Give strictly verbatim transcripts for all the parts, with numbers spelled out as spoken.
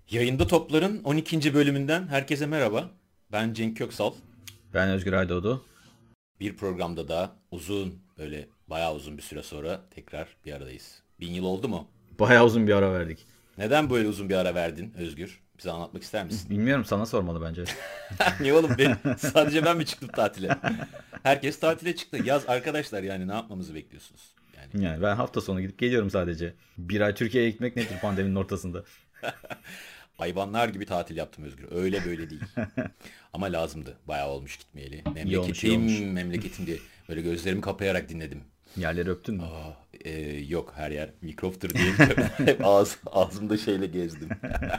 Yayında Toplar'ın on ikinci bölümünden herkese merhaba. Ben Cenk Köksal. Ben Özgür Aydoğdu. Bir programda da uzun, böyle bayağı uzun bir süre sonra tekrar bir aradayız. Bin yıl oldu mu? Bayağı uzun bir ara verdik. Neden böyle uzun bir ara verdin Özgür? Bize anlatmak ister misin? Bilmiyorum, sana sormalı bence. Niye oğlum? Ben, sadece ben mi çıktım tatile? Herkes tatile çıktı. Yaz arkadaşlar, yani ne yapmamızı bekliyorsunuz? Yani Yani ben hafta sonu gidip geliyorum sadece. Bir ay Türkiye'ye gitmek nedir pandeminin ortasında? hayvanlar gibi tatil yaptım Özgür. Öyle böyle değil. Ama lazımdı. Bayağı olmuş gitmeyeli. İyi olmuş, iyi olmuş. Memleketim, memleketim diye böyle gözlerimi kapayarak dinledim. Yerleri öptün mü? Aa, e, yok, her yer mikroptur deyince hep ağız, ağzımda şeyle gezdim.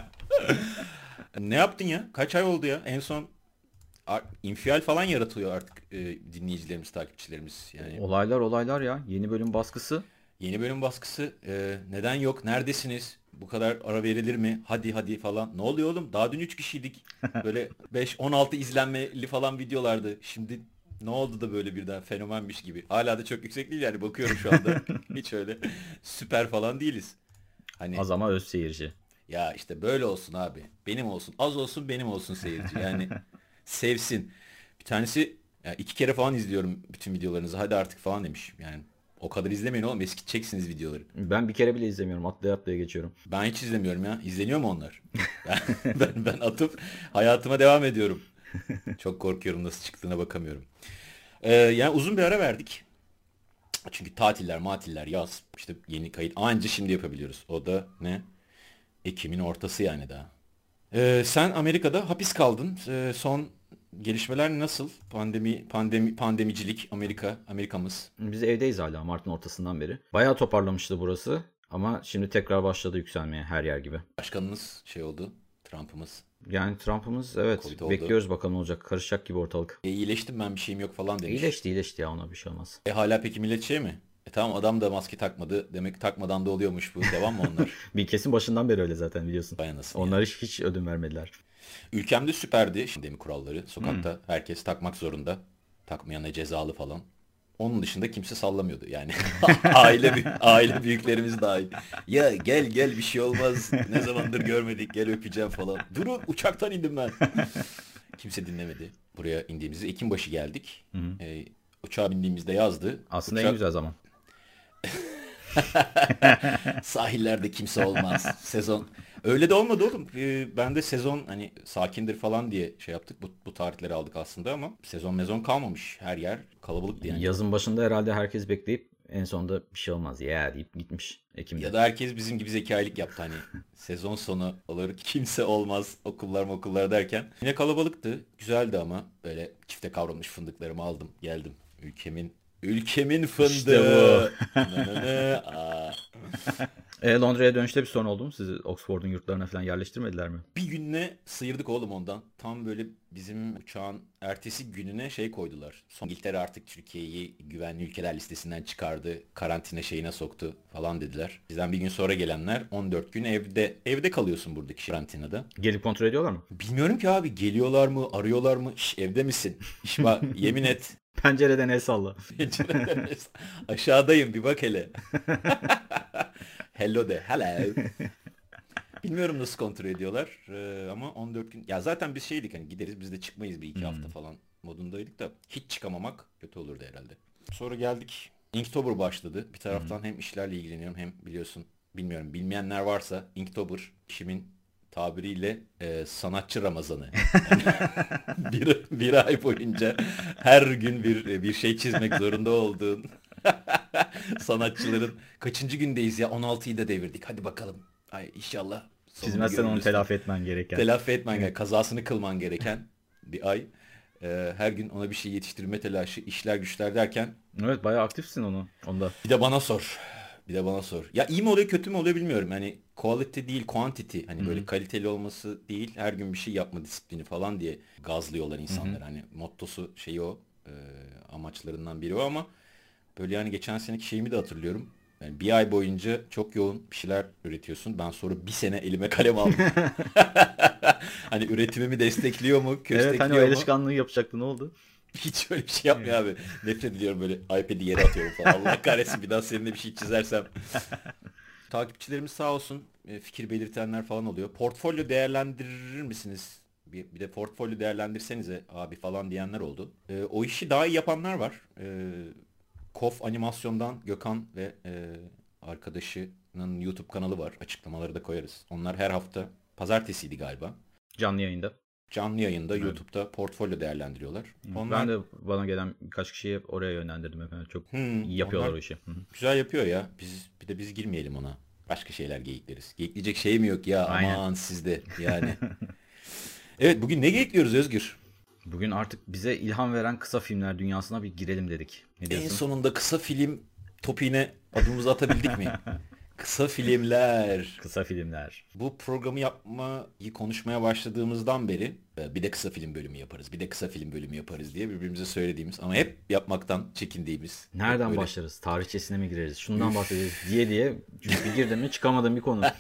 Ne yaptın ya? Kaç ay oldu ya? En son ar- infial falan yaratıyor artık e, dinleyicilerimiz, takipçilerimiz. Yani Olaylar olaylar ya. Yeni bölüm baskısı. yeni bölüm baskısı, e, neden yok? Neredesiniz? Bu kadar ara verilir mi? Hadi hadi falan. Ne oluyor oğlum? Daha dün üç kişiydik. Böyle beş on altı izlenmeli falan videolardı. Şimdi ne oldu da böyle birden fenomenmiş gibi. Hala da çok yüksek değil yani, bakıyorum şu anda. Hiç öyle süper falan değiliz. Hani Az ama öz seyirci. ya işte böyle olsun abi. Benim olsun. Az olsun benim olsun seyirci. Yani sevsin. Bir tanesi, ya iki kere falan izliyorum bütün videolarınızı. Hadi artık falan demiş. Yani o kadar izlemeyin oğlum. Eskiteceksiniz videoları. Ben bir kere bile izlemiyorum. Atlaya atlaya geçiyorum. Ben hiç izlemiyorum ya. İzleniyor mu onlar? Ben, ben, ben atıp hayatıma devam ediyorum. Çok korkuyorum, nasıl çıktığına bakamıyorum. Ee, yani uzun bir ara verdik. Çünkü tatiller, matiller, yaz, işte yeni kayıt anca şimdi yapabiliyoruz. O da ne? Ekim'in ortası yani daha. Ee, sen Amerika'da hapis kaldın. Ee, son gelişmeler nasıl? Pandemi, pandemi, pandemicilik, Amerika, Amerikamız. Biz evdeyiz hala Mart'ın ortasından beri. Bayağı toparlamıştı burası. Ama şimdi tekrar başladı yükselmeye her yer gibi. Başkanımız şey oldu, Trump'ımız Yani Trump'ımız, evet, Covid oldu. bekliyoruz bakalım ne olacak. Karışacak gibi ortalık. E, iyileştim ben, bir şeyim yok falan demiş. İyileşti iyileşti ya, ona bir şey olmaz. E hala peki millet şey mi? E tamam, adam da maske takmadı. Demek takmadan da oluyormuş bu. Devam mı onlar? Bir kesin başından beri öyle zaten, biliyorsun. Vay anasını ya. Onlar hiç, hiç ödün vermediler. Ülkemde süperdi şimdi mi kuralları. Sokakta herkes takmak zorunda. Takmayana cezalı falan. Onun dışında kimse sallamıyordu yani. aile büy- aile büyüklerimiz dahil. Ya gel gel, bir şey olmaz. Ne zamandır görmedik, gel öpeceğim falan. Durun, uçaktan indim ben. Kimse dinlemedi. Buraya indiğimizde Ekim başı geldik. Ee, uçağa bindiğimizde yazdı. Aslında en Uçak güzel zaman. sahillerde kimse olmaz. Sezon. Öyle de olmadı oğlum. Ee, ben de sezon hani sakindir falan diye şey yaptık. Bu, bu tarihleri aldık aslında ama sezon mezon kalmamış. Her yer kalabalıktı yani. Yazın başında herhalde herkes bekleyip en sonunda bir şey olmaz ya deyip gitmiş Ya Ekim'de. da herkes bizim gibi zekailik yaptı hani. Sezon sonu olur, kimse olmaz, okullar mı okullar derken. Yine kalabalıktı. Güzeldi ama böyle çifte kavrulmuş fındıklarımı aldım. Geldim. Ülkemin ülkemin İşte fındığı. bu. Nı nı nı. Aa. E, Londra'ya dönüşte bir sorun oldu mu? Sizi Oxford'un yurtlarına falan yerleştirmediler mi? Bir gününe sıyırdık oğlum ondan. Tam böyle bizim uçağın ertesi gününe şey koydular. Son İngiltere artık Türkiye'yi güvenli ülkeler listesinden çıkardı. Karantina şeyine soktu falan dediler. Bizden bir gün sonra gelenler on dört gün evde evde kalıyorsun buradaki karantinada. Gelip kontrol ediyorlar mı? Bilmiyorum ki abi, geliyorlar mı, arıyorlar mı? Şş, evde misin? İş bak, yemin et. Pencereden el salla. Aşağıdayım, bir bak hele. Hello de. Hello. Bilmiyorum nasıl kontrol ediyorlar, Ee, ama on dört gün. Ya zaten biz şeydik, hani gideriz biz de çıkmayız bir iki hafta falan modundaydık da hiç çıkamamak kötü olurdu herhalde. Sonra geldik. Inktober başladı. Bir taraftan hem işlerle ilgileniyorum hem biliyorsun, bilmiyorum, bilmeyenler varsa Inktober işimin tabiriyle e, sanatçı Ramazanı. bir, bir ay boyunca her gün bir bir şey çizmek zorunda olduğun sanatçıların kaçıncı gündeyiz ya? on altıyı da devirdik. Hadi bakalım. Ay inşallah sonunda Çizmezsen onu görürüz falan. telafi etmen gereken. Telafi etmen gereken, kazasını kılman gereken bir ay. Ee, her gün ona bir şey yetiştirme telaşı, işler güçler derken Evet, bayağı aktifsin onu. Onda. bir de bana sor. Bir de bana sor. Ya iyi mi oluyor kötü mü oluyor bilmiyorum. Hani quality değil quantity. Hani böyle kaliteli olması değil. Her gün bir şey yapma disiplini falan diye gazlıyorlar insanlar. Hani mottosu şeyi o. e, amaçlarından biri o ama böyle yani geçen seneki şeyimi de hatırlıyorum. Yani bir ay boyunca çok yoğun bir şeyler üretiyorsun. Ben sonra bir sene elime kalem aldım. Hani üretimimi destekliyor mu, Evet, hani o köstekliyor el mu? alışkanlığı yapacaktı, ne oldu? Hiç öyle bir şey yapmıyor abi. Nefret ediyorum, böyle iPad'i yere atıyorum falan. Allah kahretsin, bir daha seninle bir şey çizersem. Takipçilerimiz sağ olsun e, fikir belirtenler falan oluyor. Portfolyo değerlendirir misiniz? Bir, bir de portfolyo değerlendirsenize abi falan diyenler oldu. E, o işi daha iyi yapanlar var. E, Kof Animasyon'dan Gökhan ve e, arkadaşının YouTube kanalı var. Açıklamaları da koyarız. Onlar her hafta pazartesiydi galiba. Canlı yayında. Canlı yayında Evet. YouTube'da portfolyo değerlendiriyorlar. Onlar... Ben de bana gelen birkaç kişiyi oraya yönlendirdim efendim. Çok hmm, iyi yapıyorlar o işi. Hı-hı. Güzel yapıyor ya. Biz bir de biz girmeyelim ona. Başka şeyler geyikleriz. Geyikleyecek şey mi yok ya? Aynen. Aman sizde yani. Evet, bugün ne geyikliyoruz Özgür? Bugün artık bize ilham veren kısa filmler dünyasına bir girelim dedik. Ne diyorsun? En sonunda kısa film topiğine adımımızı atabildik mi? Kısa filmler. Kısa filmler. Bu programı yapmayı konuşmaya başladığımızdan beri bir de kısa film bölümü yaparız, bir de kısa film bölümü yaparız diye birbirimize söylediğimiz ama hep yapmaktan çekindiğimiz. Nereden başlarız? Tarihçesine mi gireriz? Şundan bahsederiz diye diye. Çünkü girdim mi çıkamadığım bir konu.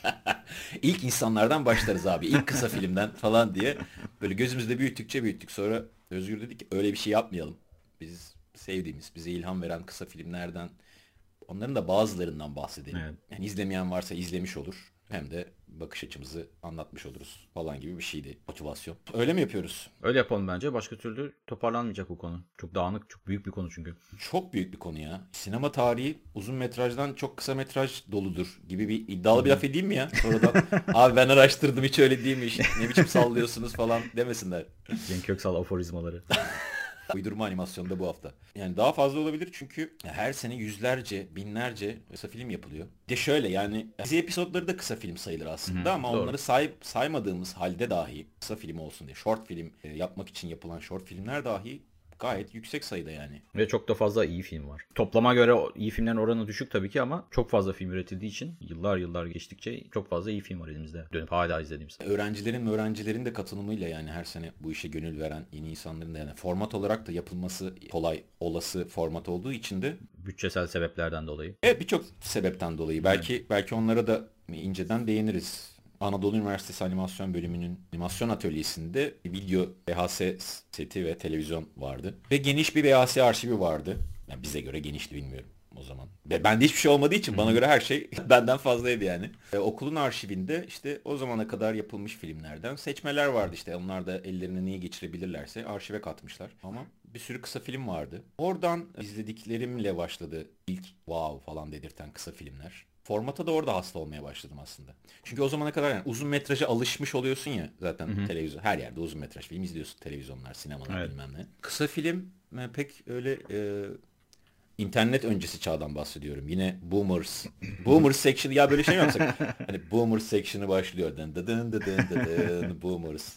İlk insanlardan başlarız abi. İlk kısa filmden falan diye. Böyle gözümüzde büyüttükçe büyüttük. Sonra Özgür dedi ki öyle bir şey yapmayalım. Biz sevdiğimiz, bize ilham veren kısa filmlerden, onların da bazılarından bahsedelim. Evet. Yani izlemeyen varsa izlemiş olur. Hem de bakış açımızı anlatmış oluruz falan gibi bir şeydi motivasyon. Öyle mi yapıyoruz? Öyle yapalım bence. Başka türlü toparlanmayacak bu konu. Çok dağınık, çok büyük bir konu çünkü. Çok büyük bir konu ya. Sinema tarihi uzun metrajdan çok kısa metraj doludur gibi bir iddialı bir laf edeyim mi ya? Sonradan abi ben araştırdım hiç öyle değilmiş. Ne biçim sallıyorsunuz falan demesinler. Cenk Köksal aforizmaları. Uydurma animasyonda bu hafta. Yani daha fazla olabilir çünkü her sene yüzlerce, binlerce kısa film yapılıyor. De şöyle yani dizi episodları da kısa film sayılır aslında. Hı-hı, ama doğru. Onları say, saymadığımız halde dahi kısa film olsun diye short film yapmak için yapılan short filmler dahi gayet yüksek sayıda yani. Ve çok da fazla iyi film var. Toplama göre iyi filmlerin oranı düşük tabii ki ama çok fazla film üretildiği için yıllar yıllar geçtikçe çok fazla iyi film var elimizde. Dönüp hala izlediğimiz. Öğrencilerin öğrencilerin de katılımıyla yani her sene bu işe gönül veren yeni insanların da yani format olarak da yapılması kolay olası format olduğu için de bütçesel sebeplerden dolayı. Evet, birçok sebepten dolayı. Belki evet. belki onlara da inceden değiniriz. Anadolu Üniversitesi Animasyon Bölümünün animasyon atölyesinde video V H S seti ve televizyon vardı. Ve geniş bir V H S arşivi vardı. Yani bize göre genişti, bilmiyorum o zaman. Ve bende hiçbir şey olmadığı için bana göre her şey benden fazlaydı yani. E, okulun arşivinde işte o zamana kadar yapılmış filmlerden seçmeler vardı işte. Onlar da ellerine neyi geçirebilirlerse arşive katmışlar. Ama bir sürü kısa film vardı. Oradan izlediklerimle başladı ilk wow falan dedirten kısa filmler. Formata da orada hasta olmaya başladım aslında. Çünkü o zamana kadar yani uzun metraja alışmış oluyorsun ya zaten, hı hı. Televizyon her yerde uzun metraj film izliyorsun, televizyonlar, sinemalar, evet. Bilmem ne. Kısa film pek öyle e, internet öncesi çağdan bahsediyorum. Yine Boomers. Boomers section ya böyle şey mi yapsak? Hani Boomers section'ı başlıyor. Dın dın dın dın dın dın Boomers.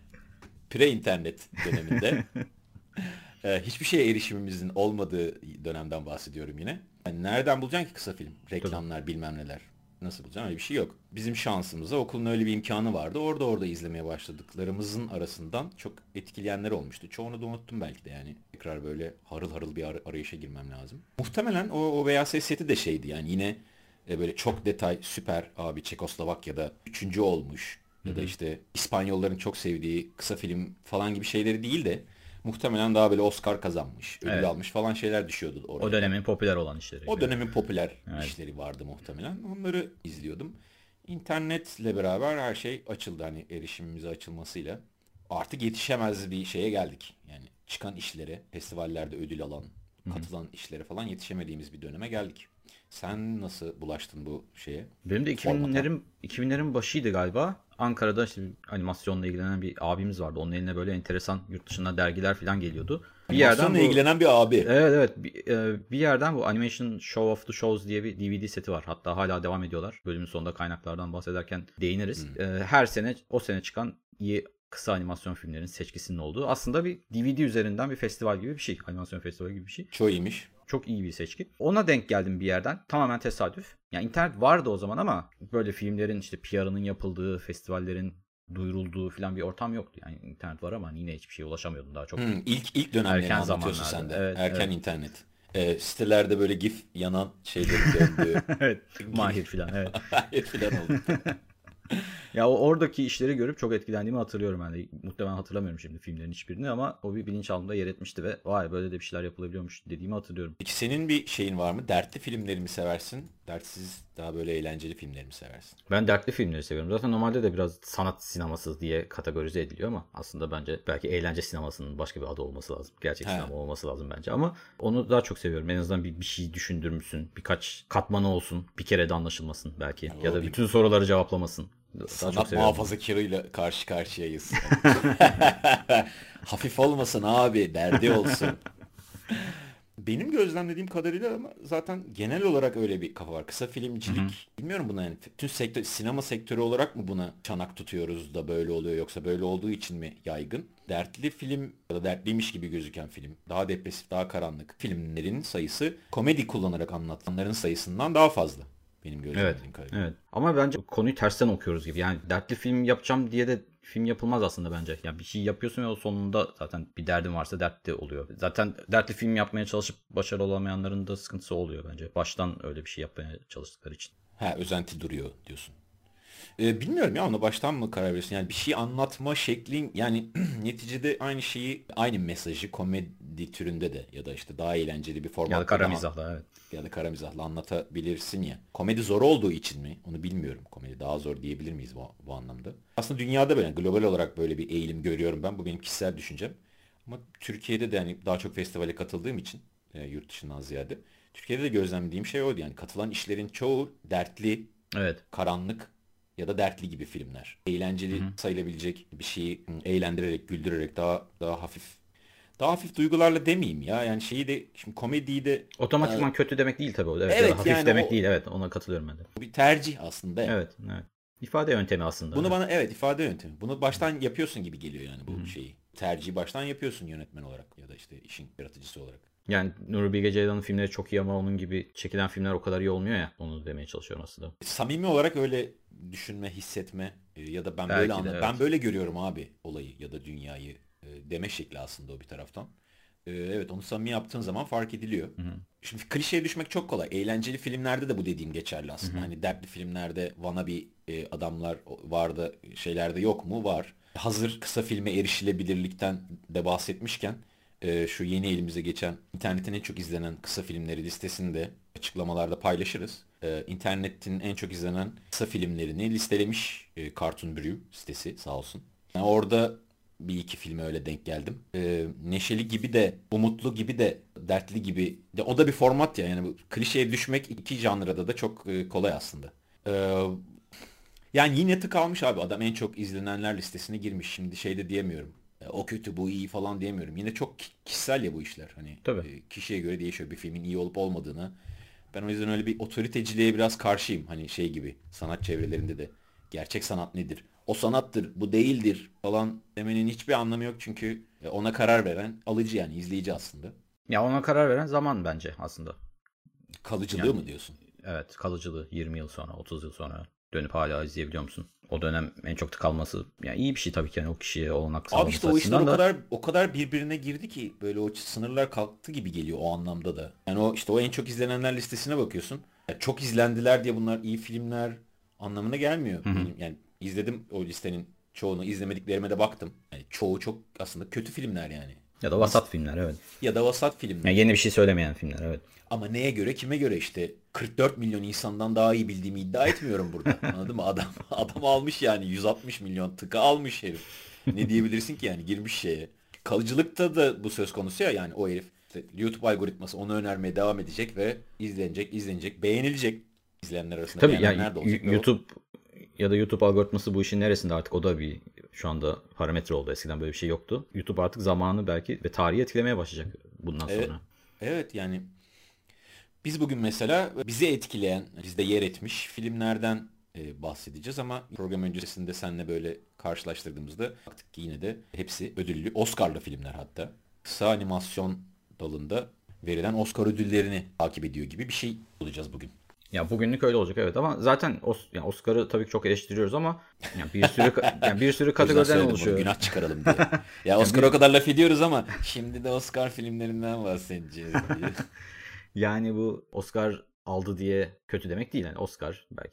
Pre-internet döneminde. e, hiçbir şeye erişimimizin olmadığı dönemden bahsediyorum yine. Yani nereden bulacaksın ki kısa film? Reklamlar, bilmem neler. Nasıl bulacaksın? Öyle bir şey yok. Bizim şansımıza okulun öyle bir imkanı vardı. Orada orada izlemeye başladıklarımızın arasından çok etkileyenler olmuştu. Çoğunu da unuttum belki de yani. Tekrar böyle harıl harıl bir ar- arayışa girmem lazım. Muhtemelen o, o V H S seti de şeydi yani yine e, böyle çok detay, süper abi Çekoslovakya'da üçüncü olmuş. Ya da işte İspanyolların çok sevdiği kısa film falan gibi şeyleri değil de muhtemelen daha böyle Oscar kazanmış, ödül evet. almış falan şeyler düşüyordu oraya. O dönemin popüler olan işleri. O dönemin popüler evet. işleri vardı muhtemelen. Onları izliyordum. İnternetle beraber her şey açıldı. Hani erişimimize açılmasıyla. Artık yetişemez bir şeye geldik. Yani çıkan işlere, festivallerde ödül alan, katılan Hı-hı. işlere falan yetişemediğimiz bir döneme geldik. Sen nasıl bulaştın bu şeye? Benim de iki binlerin iki binlerin başıydı galiba. Ankara'da işte animasyonla ilgilenen bir abimiz vardı. Onun eline böyle enteresan yurt dışından dergiler falan geliyordu. Bir yerden bu... ilgilenen bir abi. Evet evet. Bir, bir yerden bu Animation Show of the Shows diye bir D V D seti var. Hatta hala devam ediyorlar. Bölümün sonunda kaynaklardan bahsederken değiniriz. Hmm. Her sene o sene çıkan iyi kısa animasyon filmlerin seçkisinin olduğu. Aslında bir D V D üzerinden bir festival gibi bir şey. Animasyon festivali gibi bir şey. Çok iyiymiş. Çok iyi bir seçki. Ona denk geldim bir yerden. Tamamen tesadüf. Yani internet vardı o zaman ama böyle filmlerin işte P R'ının yapıldığı, festivallerin duyurulduğu falan bir ortam yoktu. Yani internet var ama yine hiçbir şeye ulaşamıyordum daha çok. Hmm, ilk ilk dönemleri anlatıyorsun sen de. Evet, erken evet. internet. E, sitelerde böyle gif yanan şeylerin döndüğü. Evet. Mahir falan. Evet. Mahir falan oldu. Ya o oradaki işleri görüp çok etkilendiğimi hatırlıyorum ben de. Muhtemelen hatırlamıyorum şimdi filmlerin hiçbirini ama o bir bilinçaltımda yer etmişti ve vay böyle de bir şeyler yapılabiliyormuş dediğimi hatırlıyorum. Peki senin bir şeyin var mı? Dertli filmleri mi seversin? Dertsiz, daha böyle eğlenceli filmleri mi seversin? Ben dertli filmleri seviyorum. Zaten normalde de biraz sanat sineması diye kategorize ediliyor ama aslında bence belki eğlence sinemasının başka bir adı olması lazım. Gerçek He. sinema olması lazım bence ama onu daha çok seviyorum. En azından bir, bir şey düşündürmüşsün. Birkaç katmanı olsun. Bir kere de anlaşılmasın belki. Ya Ya o da bir bütün soruları cevaplamasın. Daha çok sanat seviyorum. muhafazakarıyla karşı karşıyayız. Hafif olmasın abi, derdi olsun. Benim gözlemlediğim kadarıyla ama zaten genel olarak öyle bir kafa var. Kısa Hı hı. filmcilik, bilmiyorum buna yani. Tüm sektör, sinema sektörü olarak mı buna çanak tutuyoruz da böyle oluyor yoksa böyle olduğu için mi yaygın? Dertli film ya da dertliymiş gibi gözüken film, daha depresif, daha karanlık filmlerin sayısı komedi kullanarak anlatılanların sayısından daha fazla. Benim Evet. gözlemlediğim kadarıyla. Evet. Ama bence konuyu tersten okuyoruz gibi. Yani dertli film yapacağım diye de film yapılmaz aslında bence. Yani bir şey yapıyorsun ve o sonunda zaten bir derdin varsa dertli oluyor. Zaten dertli film yapmaya çalışıp başarılı olamayanların da sıkıntısı oluyor bence. Baştan öyle bir şey yapmaya çalıştıkları için. Ha, özenti duruyor diyorsun. Ee, bilmiyorum ya, ona baştan mı karar verirsin? Yani bir şey anlatma şeklin, yani neticede aynı şeyi, aynı mesajı komedi türünde de ya da işte daha eğlenceli bir Ya da formatta kara da mizahla evet. ya da kara mizahla anlatabilirsin ya. Komedi zor olduğu için mi? Onu bilmiyorum. Komedi daha zor diyebilir miyiz bu, bu anlamda? Aslında dünyada böyle, global olarak böyle bir eğilim görüyorum ben. Bu benim kişisel düşüncem. Ama Türkiye'de de hani daha çok festivale katıldığım için, e, yurt dışından ziyade, Türkiye'de de gözlemlediğim şey oydu. Yani katılan işlerin çoğu dertli, Evet. karanlık ya da dertli gibi filmler. Hı Eğlenceli hı. sayılabilecek bir şeyi hı, eğlendirerek, güldürerek, daha daha hafif daha hafif duygularla demeyeyim ya. Yani şeyi de, şimdi komediyi de e, Otomatikman kötü demek değil tabii o. Evet. Ya da evet hafif yani demek o değil. Evet. Ona katılıyorum ben de. bir tercih aslında ya. Evet. Evet. İfade yöntemi aslında. Bunu Evet. bana, evet, ifade yöntemi. Bunu baştan yapıyorsun gibi geliyor yani Hı hı. bu şeyi. Tercihi baştan yapıyorsun yönetmen olarak ya da işte işin yaratıcısı olarak. Yani Nuri Bilge Ceylan'ın filmleri çok iyi ama onun gibi çekilen filmler o kadar iyi olmuyor ya. Onu demeye çalışıyorum aslında. Samimi olarak öyle düşünme, hissetme e, ya da ben böyle Belki de anla ben evet. böyle görüyorum abi olayı ya da dünyayı e, deme şekli aslında o bir taraftan. E, evet, onu samimi yaptığın zaman fark ediliyor. Hı hı. Şimdi klişeye düşmek çok kolay. Eğlenceli filmlerde de bu dediğim geçerli Hı aslında. hı. Hani dertli filmlerde wannabe e, adamlar var da şeylerde yok mu? Var. Hazır kısa filme erişilebilirlikten de bahsetmişken e, şu yeni elimize geçen internetin en çok izlenen kısa filmleri listesini de açıklamalarda paylaşırız. E, internetin en çok izlenen kısa filmlerini listelemiş e, Cartoon Brew sitesi sağ olsun. Yani orada bir iki filme öyle denk geldim. Ee, neşeli gibi de, umutlu gibi de, dertli gibi de, o da bir format ya. Yani bu klişeye düşmek iki janrada da çok e, kolay aslında. Ee, yani yine tık almış abi. Adam en çok izlenenler listesine girmiş. Şimdi şey de diyemiyorum. E, o kötü, bu iyi falan diyemiyorum. Yine çok ki- kişisel ya bu işler. Hani Tabii. e, kişiye göre değişiyor bir filmin iyi olup olmadığını. Ben o yüzden öyle bir otoriteciliğe biraz karşıyım. Hani şey gibi, sanat çevrelerinde de. Gerçek sanat nedir? O sanattır, bu değildir falan demenin hiçbir anlamı yok. Çünkü e, ona karar veren alıcı, yani izleyici aslında. Ya ona karar veren zaman bence aslında. Kalıcılığı Yani mı diyorsun? evet kalıcılığı yirmi yıl sonra otuz yıl sonra dönüp hala izleyebiliyor musun? O dönem en çok kalması yani iyi bir şey tabii ki yani o kişiye olanak Abi işte sağlaması o işler o açısından da kadar o kadar birbirine girdi ki böyle o sınırlar kalktı gibi geliyor o anlamda da. Yani o işte o en çok izlenenler listesine bakıyorsun. Ya çok izlendiler diye bunlar iyi filmler anlamına gelmiyor. hı hı. Benim yani izledim o listenin çoğunu, izlemediklerime de baktım. Yani çoğu çok aslında kötü filmler yani. Ya da vasat filmler evet. Ya da vasat Yani filmler. yeni bir şey söylemeyen filmler evet. Ama neye göre, kime göre işte kırk dört milyon insandan daha iyi bildiğimi iddia etmiyorum burada. Anladın mı? Adam adam almış yani yüz altmış milyon tıka almış herif. Ne diyebilirsin ki yani, girmiş şeye. Kalıcılıkta da bu söz konusu ya, yani o herif işte YouTube algoritması onu önermeye devam edecek ve izlenecek, izlenecek, beğenilecek. İzleyenler arasında Tabii yani beğenenler de olacak ve o YouTube ya da YouTube algoritması bu işin neresinde artık o da bir şu anda parametre oldu. Eskiden böyle bir şey yoktu. YouTube artık zamanı belki ve tarihi etkilemeye başlayacak bundan evet, sonra. evet yani biz bugün mesela bizi etkileyen, bizde yer etmiş filmlerden e, bahsedeceğiz ama program öncesinde seninle böyle karşılaştırdığımızda baktık ki yine de hepsi ödüllü, Oscar'lı filmler hatta. Kısa animasyon dalında verilen Oscar ödüllerini takip ediyor gibi bir şey olacağız bugün. Ya bugünlük öyle olacak evet ama zaten Os yani Oscar'ı tabii ki çok eleştiriyoruz ama yani bir sürü ka- yani bir sürü O yüzden kategoriden söyledim bunu, oluşuyor. günah çıkaralım diye. Ya Yani Oscar o bir kadar laf ediyoruz ama şimdi de Oscar filmlerinden bahsedeceğiz diye. yani bu Oscar aldı diye kötü demek değil. Yani Oscar belki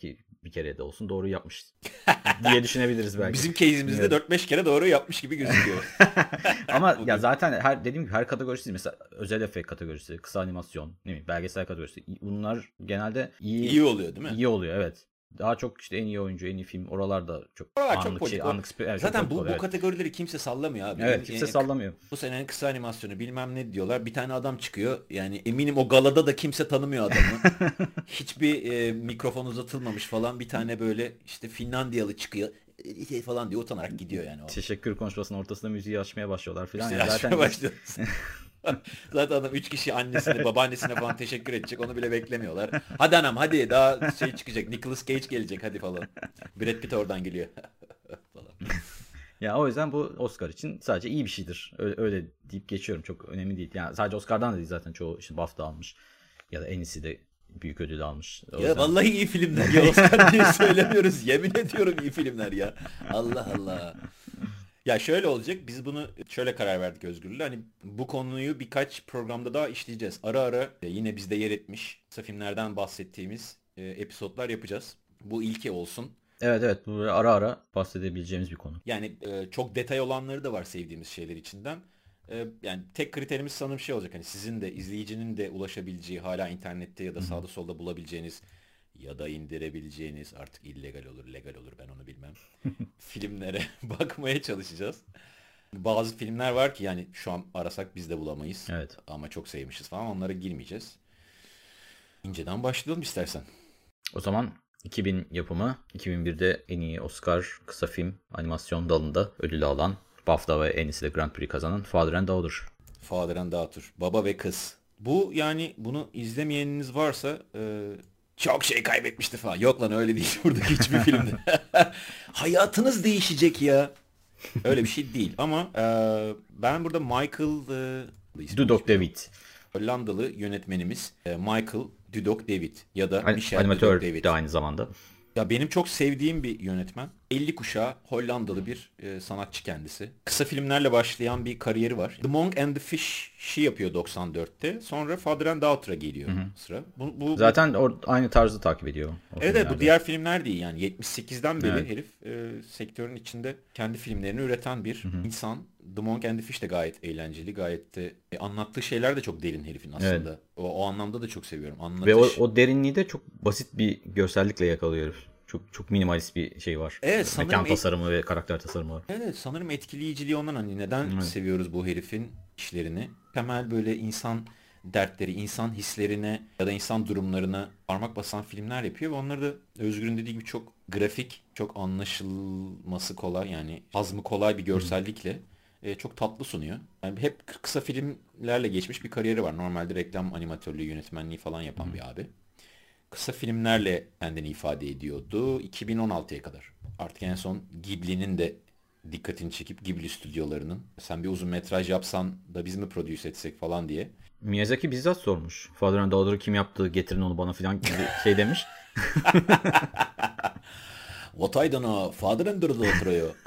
bir kere de olsun doğru yapmış diye düşünebiliriz belki. Bizim case'imizde evet. dört beş kere doğru yapmış gibi gözüküyor. Ama ya zaten her dediğim gibi her kategorisi, mesela özel efekt kategorisi, kısa animasyon, ne bileyim, belgesel kategorisi, bunlar genelde iyi iyi oluyor değil mi? İyi oluyor evet. Daha çok işte en iyi oyuncu, en iyi film, oralarda çok Oralar anlık çok politik. şey, anlık evet, zaten çok bu oluyor, bu evet. kategorileri kimse sallamıyor abi. Evet, kimse yani, sallamıyor. Bu senenin kısa animasyonu bilmem ne diyorlar. Bir tane adam çıkıyor. Yani eminim o galada da kimse tanımıyor adamı. Hiçbir e, mikrofon uzatılmamış falan. Bir tane böyle işte Finlandiyalı çıkıyor e, falan diye utanarak gidiyor yani. O. Teşekkür konuşmasının ortasında müziği açmaya başlıyorlar falan. İşte yani zaten başlıyoruz. Zaten adam üç kişi annesine, babaannesine falan teşekkür edecek. Onu bile beklemiyorlar. Hadi anam hadi, daha şey çıkacak. Nicolas Cage gelecek hadi falan. Brad Pitt oradan geliyor. falan. Ya o yüzden bu Oscar için sadece iyi bir şeydir. Öyle, öyle deyip geçiyorum. Çok önemli değil. Yani sadece Oscar'dan da değil, zaten çoğu işte BAFTA almış. Ya da en iyisi de büyük ödül almış. O ya yüzden... vallahi iyi filmler ya, Oscar diye söylemiyoruz. Yemin ediyorum iyi filmler ya. Allah Allah. Ya şöyle olacak, biz bunu şöyle karar verdik Özgür'le. Hani bu konuyu birkaç programda daha işleyeceğiz. Ara ara yine bizde yer etmiş kısa filmlerden bahsettiğimiz e, episodlar yapacağız. Bu ilki olsun. Evet evet, bu ara ara bahsedebileceğimiz bir konu. Yani e, çok detay olanları da var sevdiğimiz şeyler içinden. E, yani tek kriterimiz sanırım şey olacak. Hani sizin de izleyicinin de ulaşabileceği, hala internette ya da Hı-hı. sağda solda bulabileceğiniz ya da indirebileceğiniz, artık illegal olur, legal olur, ben onu bilmem. filmlere bakmaya çalışacağız. Bazı filmler var ki yani şu an arasak biz de bulamayız. Evet. Ama çok sevmişiz falan, onlara girmeyeceğiz. İnceden başlayalım istersen. O zaman iki bin yapımı, iki bin birde en iyi Oscar kısa film animasyon dalında ödülü alan, BAFTA ve en iyisi de Grand Prix kazanan Father and Daughter. Father and Daughter. Baba ve kız. Bu yani bunu izlemeyeniniz varsa e, çok şey kaybetmiştir falan. Yok lan öyle değil buradaki hiçbir filmde. Hayatınız değişecek ya. Öyle bir şey değil ama e, ben burada Michael e, Dudok David. Hollandalı yönetmenimiz e, Michael Dudok David ya da An- Michel animatör Dudok David. de aynı zamanda. Ya benim çok sevdiğim bir yönetmen. elli kuşağı Hollandalı bir e, sanatçı kendisi. Kısa filmlerle başlayan bir kariyeri var. The Monk and the Fish'i yapıyor doksan dörtte. Sonra Father and Daughter'a geliyor hı hı. sıra. Bu, bu Zaten or- aynı tarzı takip ediyor. Evet filmlerde. Bu diğer filmler değil yani. yetmiş sekizden beri evet. herif e, sektörün içinde kendi filmlerini üreten bir hı hı. insan. The Monk and the Fish de gayet eğlenceli, gayet de e, anlattığı şeyler de çok derin herifin aslında. Evet. O, o anlamda da çok seviyorum. Anlatış... Ve o, o derinliği de çok basit bir görsellikle yakalıyor herif. Çok çok minimalist bir şey var. Evet, mekan tasarımı et... ve karakter tasarımı var. Evet, sanırım etkileyiciliği ondan, hani neden evet. seviyoruz bu herifin işlerini. Temel böyle insan dertleri, insan hislerine ya da insan durumlarına parmak basan filmler yapıyor ve onları da Özgür'ün dediği gibi çok grafik, çok anlaşılması kolay, yani hazmı kolay bir görsellikle e, çok tatlı sunuyor. Yani hep kısa filmlerle geçmiş bir kariyeri var. Normalde reklam animatörlüğü, yönetmenliği falan yapan Hı. bir abi. Kısa filmlerle kendini ifade ediyordu iki bin on altıya kadar. Artık en son Ghibli'nin de dikkatini çekip, Ghibli stüdyolarının, sen bir uzun metraj yapsan da biz mi prodüse etsek falan diye. Miyazaki bizzat sormuş. Father and Daughter'ı kim yaptı, getirin onu bana falan gibi şey demiş. What I don't know, Father and Daughter oturuyor.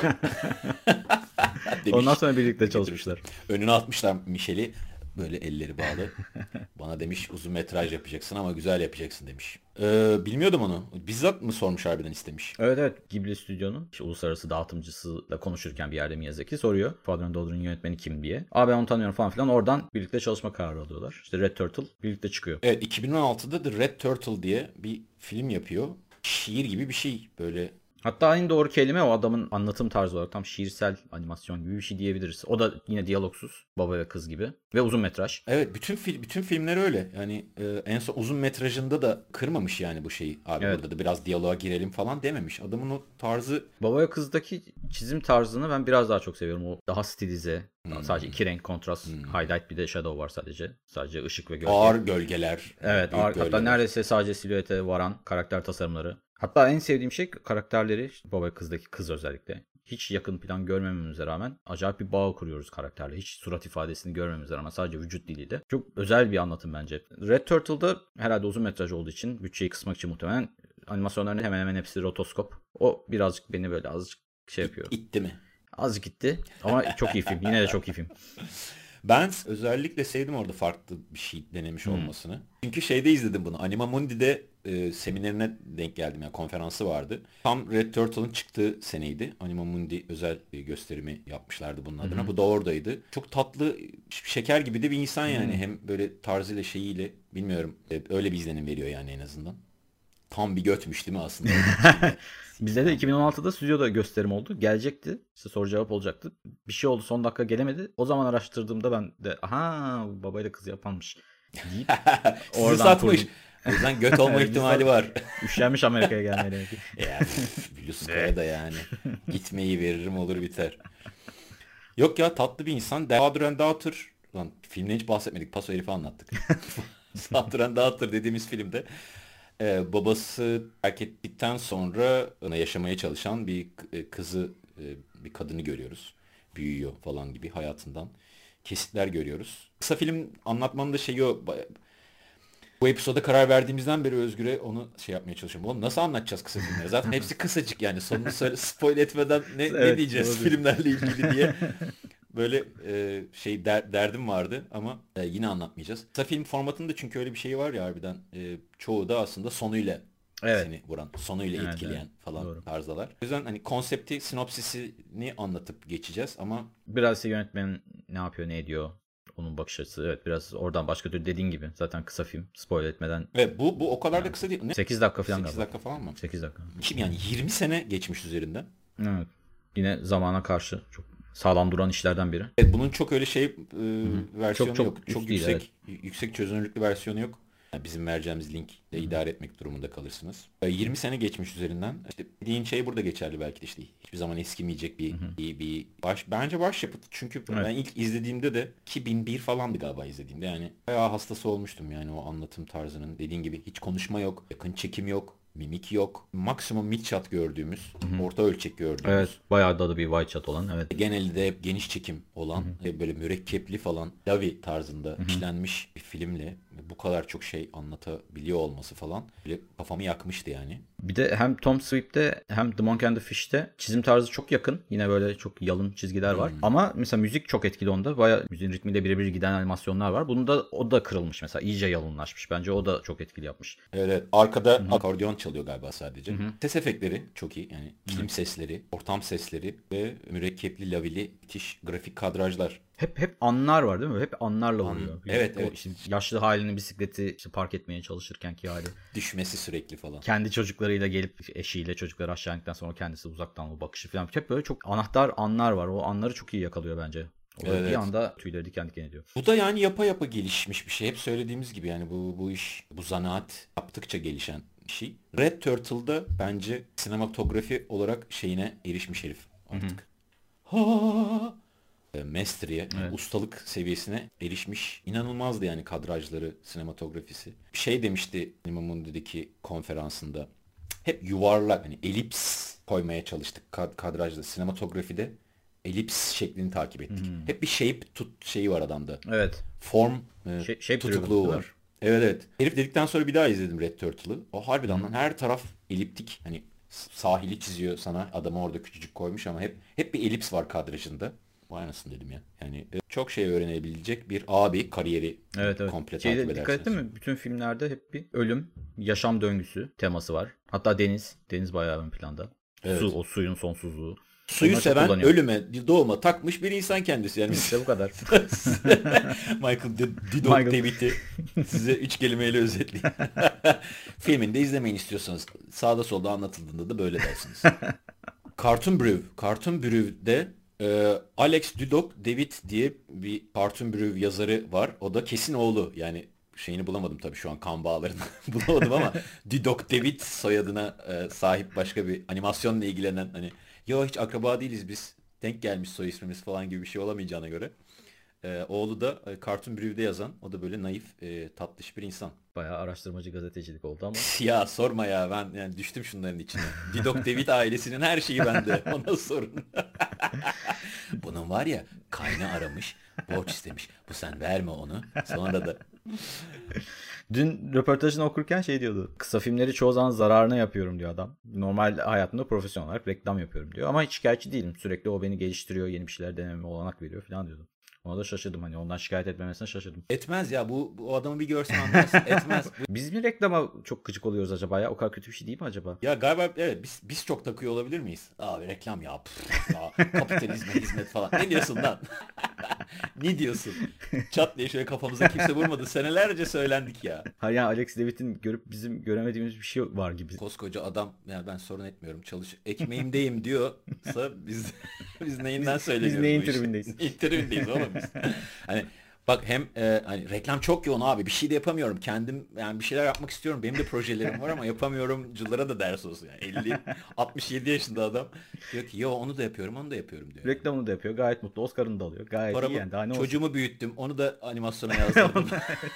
Ondan sonra birlikte çalışmışlar. Önüne atmışlar Michel'i. Böyle elleri bağlı. Bana demiş uzun metraj yapacaksın ama güzel yapacaksın demiş. Ee, bilmiyordum onu. Bizzat mı sormuş, harbiden istemiş? Evet evet. Ghibli stüdyonun işte uluslararası dağıtımcısıyla konuşurken bir yerde Miyazaki soruyor. Father and Daughter'ın yönetmeni kim diye. Aa ben onu tanıyorum falan filan. Oradan birlikte çalışma kararı alıyorlar. İşte Red Turtle birlikte çıkıyor. Evet, iki bin on altıda The Red Turtle diye bir film yapıyor. Şiir gibi bir şey böyle. Hatta en doğru kelime o adamın anlatım tarzı olarak tam şiirsel animasyon gibi bir şey diyebiliriz. O da yine diyalogsuz, baba ve kız gibi ve uzun metraj. Evet, bütün fil bütün filmler öyle. Yani e, en son uzun metrajında da kırmamış yani bu şeyi. Abi evet. Burada da biraz diyaloğa girelim falan dememiş. Adamın o tarzı. Baba ve kızdaki çizim tarzını ben biraz daha çok seviyorum. O daha stilize. Hmm. Sadece iki renk kontrast, hmm. highlight bir de shadow var sadece. Sadece ışık ve gölge. Ağır gölgeler. Evet, ağır, gölgeler. Hatta neredeyse sadece silüete varan karakter tasarımları. Hatta en sevdiğim şey karakterleri, baba ve kızdaki kız özellikle. Hiç yakın plan görmememize rağmen acayip bir bağ kuruyoruz karakterle. Hiç surat ifadesini görmememize rağmen sadece vücut diliyle. Çok özel bir anlatım bence. Red Turtle'da herhalde uzun metraj olduğu için, bütçeyi kısmak için muhtemelen animasyonların hemen hemen hepsi rotoskop. O birazcık beni böyle azıcık şey yapıyor. İtti mi? Azıcık gitti ama çok iyi film. Yine de çok iyi film. Ben özellikle sevdim orada farklı bir şey denemiş Hmm. olmasını. Çünkü şeyde izledim bunu. Anima Mundi'de e, seminerine denk geldim. Yani konferansı vardı. Tam Red Turtle'ın çıktığı seneydi. Anima Mundi özel bir gösterimi yapmışlardı bunun adına. Bu da oradaydı. Çok tatlı, şeker gibi de bir insan yani. Hem böyle tarzıyla şeyiyle bilmiyorum. E, öyle bir izlenim veriyor yani en azından. Tam bir götmüş değil mi aslında? Bizde de iki bin on altıda stüdyoda gösterim oldu. Gelecekti. İşte soru cevap olacaktı. Bir şey oldu, son dakika gelemedi. O zaman araştırdığımda ben de aha babayla kız yapanmış deyip Sizi oradan satmış. kurdum. O yüzden göt olma Biz ihtimali sat- var. Üşenmiş Amerika'ya gelmeye demek ki. Ya Luska'ya da yani. Gitmeyi veririm olur biter. Yok ya tatlı bir insan. Father and Daughter. Lan filmden hiç bahsetmedik. Paso herifi anlattık. Father and Daughter dediğimiz filmde e, babası terk ettikten sonra ona yaşamaya çalışan bir e, kızı, e, bir kadını görüyoruz. Büyüyor falan gibi hayatından kesitler görüyoruz. Kısa film anlatmanın da şeyi o. Bu episoda karar verdiğimizden beri Özgür'e onu şey yapmaya çalışıyorum. Oğlum nasıl anlatacağız kısa filmleri? Zaten hepsi kısacık yani. Sonunu söyle, spoil etmeden ne, Evet, ne diyeceğiz doğru. filmlerle ilgili diye. Böyle e, şey der, derdim vardı ama e, yine anlatmayacağız. Kısa film formatında çünkü öyle bir şey var ya harbiden. E, çoğu da aslında sonuyla Evet. seni vuran, sonuyla Evet, etkileyen evet. falan Doğru. tarzdalar. O yüzden hani konsepti, sinopsisini anlatıp geçeceğiz ama Biraz da yönetmenin ne yapıyor, ne ediyor, onun bakış açısı. Evet, biraz oradan başka türlü dediğin gibi. Zaten kısa film. Spoil etmeden. ve bu bu o kadar da kısa değil. Ne? sekiz dakika falan sekiz galiba. dakika falan mı? sekiz dakika. Kim yani yirmi sene geçmiş üzerinden. Evet. Yine zamana karşı çok sağlam duran işlerden biri. Evet, bunun çok öyle şey e, versiyonu Çok- çok yok. üst Çok değil, yüksek yüksek çözünürlüklü versiyonu yok. Yani bizim vereceğimiz linkle idare etmek durumunda kalırsınız. E, yirmi sene geçmiş üzerinden. İşte dediğin şey burada geçerli belki de işte. Hiçbir zaman eskimeyecek bir bir, bir baş bence başyapıt. Çünkü Evet. ben ilk izlediğimde de iki bin bir falandı galiba izlediğimde. Yani bayağı hastası olmuştum yani o anlatım tarzının. Dediğin gibi hiç konuşma yok, yakın çekim yok. Mimik yok. Maksimum mid shot gördüğümüz, orta ölçek gördüğümüz. Evet. Bayağı da bir wide shot olan. Evet. Genelde hep geniş çekim olan, hep böyle mürekkepli falan, Davi tarzında işlenmiş bir filmle bu kadar çok şey anlatabiliyor olması falan böyle kafamı yakmıştı yani. Bir de hem Tom Swift'te hem The Monk and the Fish'te çizim tarzı çok yakın. Yine böyle çok yalın çizgiler var. Ama mesela müzik çok etkili onda. Bayağı müziğin ritmiyle birebir giden animasyonlar var. Bunda o da kırılmış mesela. İyice yalınlaşmış. Bence o da çok etkili yapmış. Evet, arkada akordeon çalıyor galiba sadece. Ses efektleri çok iyi. Yani film sesleri, ortam sesleri ve mürekkepli lavili müthiş grafik kadrajlar. Hep hep anlar var değil mi? Hep anlarla An- vuruyor. evet, O evet. işte yaşlı halinin bisikleti işte park etmeye çalışırkenki hali. Düşmesi sürekli falan. Kendi çocuklarıyla gelip eşiyle çocukları aşağı indikten sonra kendisi uzaktan o bakışı falan. Hep böyle çok anahtar anlar var. O anları çok iyi yakalıyor bence. O böyle Evet. bir anda tüyleri diken diken ediyor. Bu da yani yapa yapa gelişmiş bir şey. Hep söylediğimiz gibi yani bu bu iş, bu zanaat yaptıkça gelişen bir şey. Red Turtle'da bence sinematografi olarak şeyine erişmiş herif artık. Ha, e, mastery'e, Evet. ustalık seviyesine erişmiş. İnanılmazdı yani kadrajları, sinematografisi. Bir şey demişti Nimamundi'deki konferansında. Hep yuvarlak, hani elips koymaya çalıştık kad- kadrajda, sinematografide elips şeklini takip ettik. Hep bir shape tut şeyi var adamda. Evet. Form e, Shape- shape driven, tutukluğu değil mi? var. Evet evet. Herif dedikten sonra bir daha izledim Red Turtle'ı. O harbiden lan her taraf eliptik. Hani s- sahili çiziyor sana. Adamı orada küçücük koymuş ama hep hep bir elips var kadrajında. Vay anasını dedim ya. Yani e, çok şey öğrenebilecek bir abi kariyeri Evet evet. komple Şeyde takip dikkat ettin edersiniz. mi? Bütün filmlerde hep bir ölüm, yaşam döngüsü teması var. Hatta deniz. Deniz bayağı ön planda. Evet. Su, o suyun sonsuzluğu. Suyu Onlar çok seven, kullanıyor. ölüme, doğuma takmış bir insan kendisi yani. İşte bu kadar. Michael D- Didot Michael. David'i size üç kelimeyle özetleyeyim. Filmini de izlemeyin istiyorsanız. Sağda solda anlatıldığında da böyle dersiniz. Cartoon Brew. Cartoon Brew'de e, Alex Dudok David diye bir Cartoon Brew yazarı var. O da kesin oğlu. Yani şeyini bulamadım tabii şu an kan bağlarını bulamadım ama Dudok David soyadına e, sahip başka bir animasyonla ilgilenen hani yo hiç akraba değiliz biz. Denk gelmiş soy ismimiz falan gibi bir şey olamayacağına göre. E, oğlu da e, Cartoon Brew'de yazan. O da böyle naif, e, tatlış bir insan. Bayağı araştırmacı gazetecilik oldu ama. Ya sorma ya ben yani düştüm şunların içine. Didok David ailesinin her şeyi bende. Ona sorun. Bunun var ya kaynağı aramış, borç istemiş. Bu sen verme onu. Sonra da Dün röportajını okurken şey diyordu. Kısa filmleri çoğu zaman zararına yapıyorum diyor adam. Normal hayatımda profesyonel olarak reklam yapıyorum diyor. Ama hiç şikayetçi değilim. Sürekli o beni geliştiriyor, yeni bir şeyler denememe olanak veriyor falan diyordu. Ona da şaşırdım, hani ondan şikayet etmemesine şaşırdım. Etmez ya, bu, bu adamı bir görsen anlarsın. Etmez. Biz mi reklama çok gıcık oluyoruz acaba ya? O kadar kötü bir şey değil mi acaba? Ya galiba evet, biz biz çok takıyor olabilir miyiz? Abi reklam ya. Pff, ya kapitalizme hizmet falan. Ne diyorsun lan? Ne diyorsun? Çat diye şöyle kafamıza kimse vurmadı. Senelerce söylendik ya. Ha ya, Alex Levitt'in görüp bizim göremediğimiz bir şey var gibi. Koskoca adam, yani ben sorun etmiyorum, çalış ekmeğimdeyim diyorsa biz biz neyinden söyleniyoruz? Biz neyin bu işi? tribündeyiz? Neyin tribündeyiz oğlum biz? Hani bak hem e, hani reklam çok yoğun abi, bir şey de yapamıyorum. Kendim yani bir şeyler yapmak istiyorum. Benim de projelerim var ama yapamıyorumculara da ders olsun yani. elli altmış yedi yaşında adam diyor ki yo onu da yapıyorum, onu da yapıyorum diyor. Reklamını da yapıyor. Gayet mutlu. Oscar'ını da alıyor. Gayet Paramı, iyi yani. Daha ne olsun? çocuğumu büyüttüm. Onu da animasyona yazdırdım.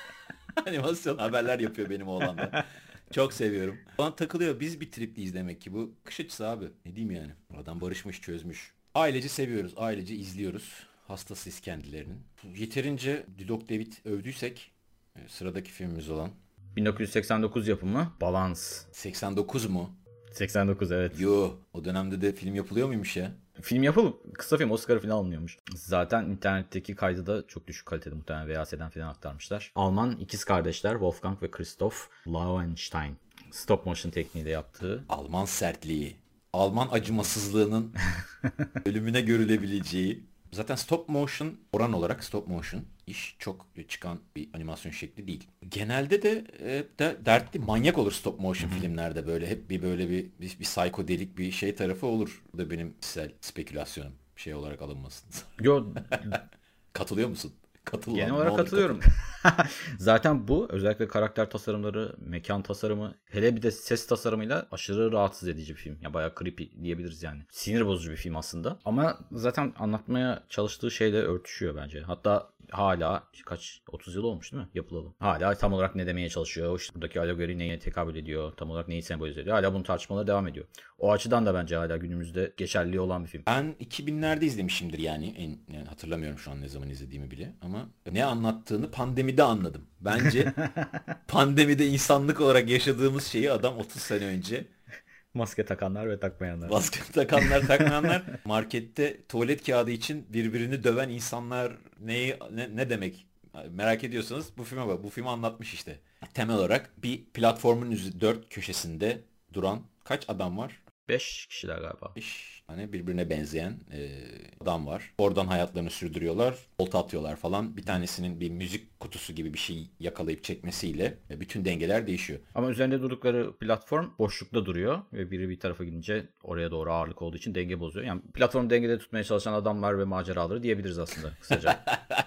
Animasyon haberler yapıyor benim oğlan da. Çok seviyorum. Bana takılıyor. Biz bir tripliyiz demek ki. Bu kış açısı abi. Ne diyeyim yani. Adam barışmış, çözmüş. Aileci seviyoruz. Aileci izliyoruz. Hastasıyız kendilerinin. Yeterince Didok David övdüysek e, sıradaki filmimiz olan bin dokuz yüz seksen dokuz yapımı Balance. seksen dokuz mu? seksen dokuz, evet. Yo, o dönemde de film yapılıyor muymuş ya? Film yapılıp kısa film Oscar falan alınıyormuş. Zaten internetteki kaydı da çok düşük kalitede, muhtemelen V H S'den falan aktarmışlar. Alman ikiz kardeşler Wolfgang ve Christoph Lauenstein. Stop motion tekniğiyle yaptığı. Alman sertliği, Alman acımasızlığının ölümüne görülebileceği. Zaten stop motion, oran olarak stop motion iş çok çıkan bir animasyon şekli değil. Genelde de, e, de dertli, manyak olur stop motion filmlerde, böyle hep bir böyle bir bir, bir psikodelik bir şey tarafı olur. Bu da benim kişisel spekülasyonum, şey olarak alınmasın. Yo, Katılıyor musun? Katıl genel lan, ne olarak olur katılıyorum. katıl. Zaten bu özellikle karakter tasarımları, mekan tasarımı, hele bir de ses tasarımıyla aşırı rahatsız edici bir film. Ya bayağı creepy diyebiliriz yani. Sinir bozucu bir film aslında. Ama zaten anlatmaya çalıştığı şeyle örtüşüyor bence. Hatta hala kaç otuz yıl olmuş değil mi yapılalı? Hala tam olarak ne demeye çalışıyor? İşte buradaki alegori neye tekabül ediyor? Tam olarak neyi sembolize ediyor? Hala bunun tartışmaları devam ediyor. O açıdan da bence hala günümüzde geçerli olan bir film. Ben iki binlerde izlemişimdir yani. En, yani hatırlamıyorum şu an ne zaman izlediğimi bile. Ama ne anlattığını pandemide anladım. Bence pandemide insanlık olarak yaşadığımız şeyi adam otuz sene önce Maske takanlar ve takmayanlar. maske takanlar takmayanlar, markette tuvalet kağıdı için birbirini döven insanlar neyi ne, ne demek merak ediyorsanız bu filme bak. Bu filmi anlatmış işte. Temel olarak bir platformun yüzü dört köşesinde duran kaç adam var? beş kişiler galiba. beş tane birbirine benzeyen e, adam var. Oradan hayatlarını sürdürüyorlar. Olta atıyorlar falan. Bir tanesinin bir müzik kutusu gibi bir şey yakalayıp çekmesiyle e, bütün dengeler değişiyor. Ama üzerinde durdukları platform boşlukta duruyor ve biri bir tarafa gidince oraya doğru ağırlık olduğu için denge bozuyor. Yani platformu dengede tutmaya çalışan adamlar ve maceraları diyebiliriz aslında kısaca.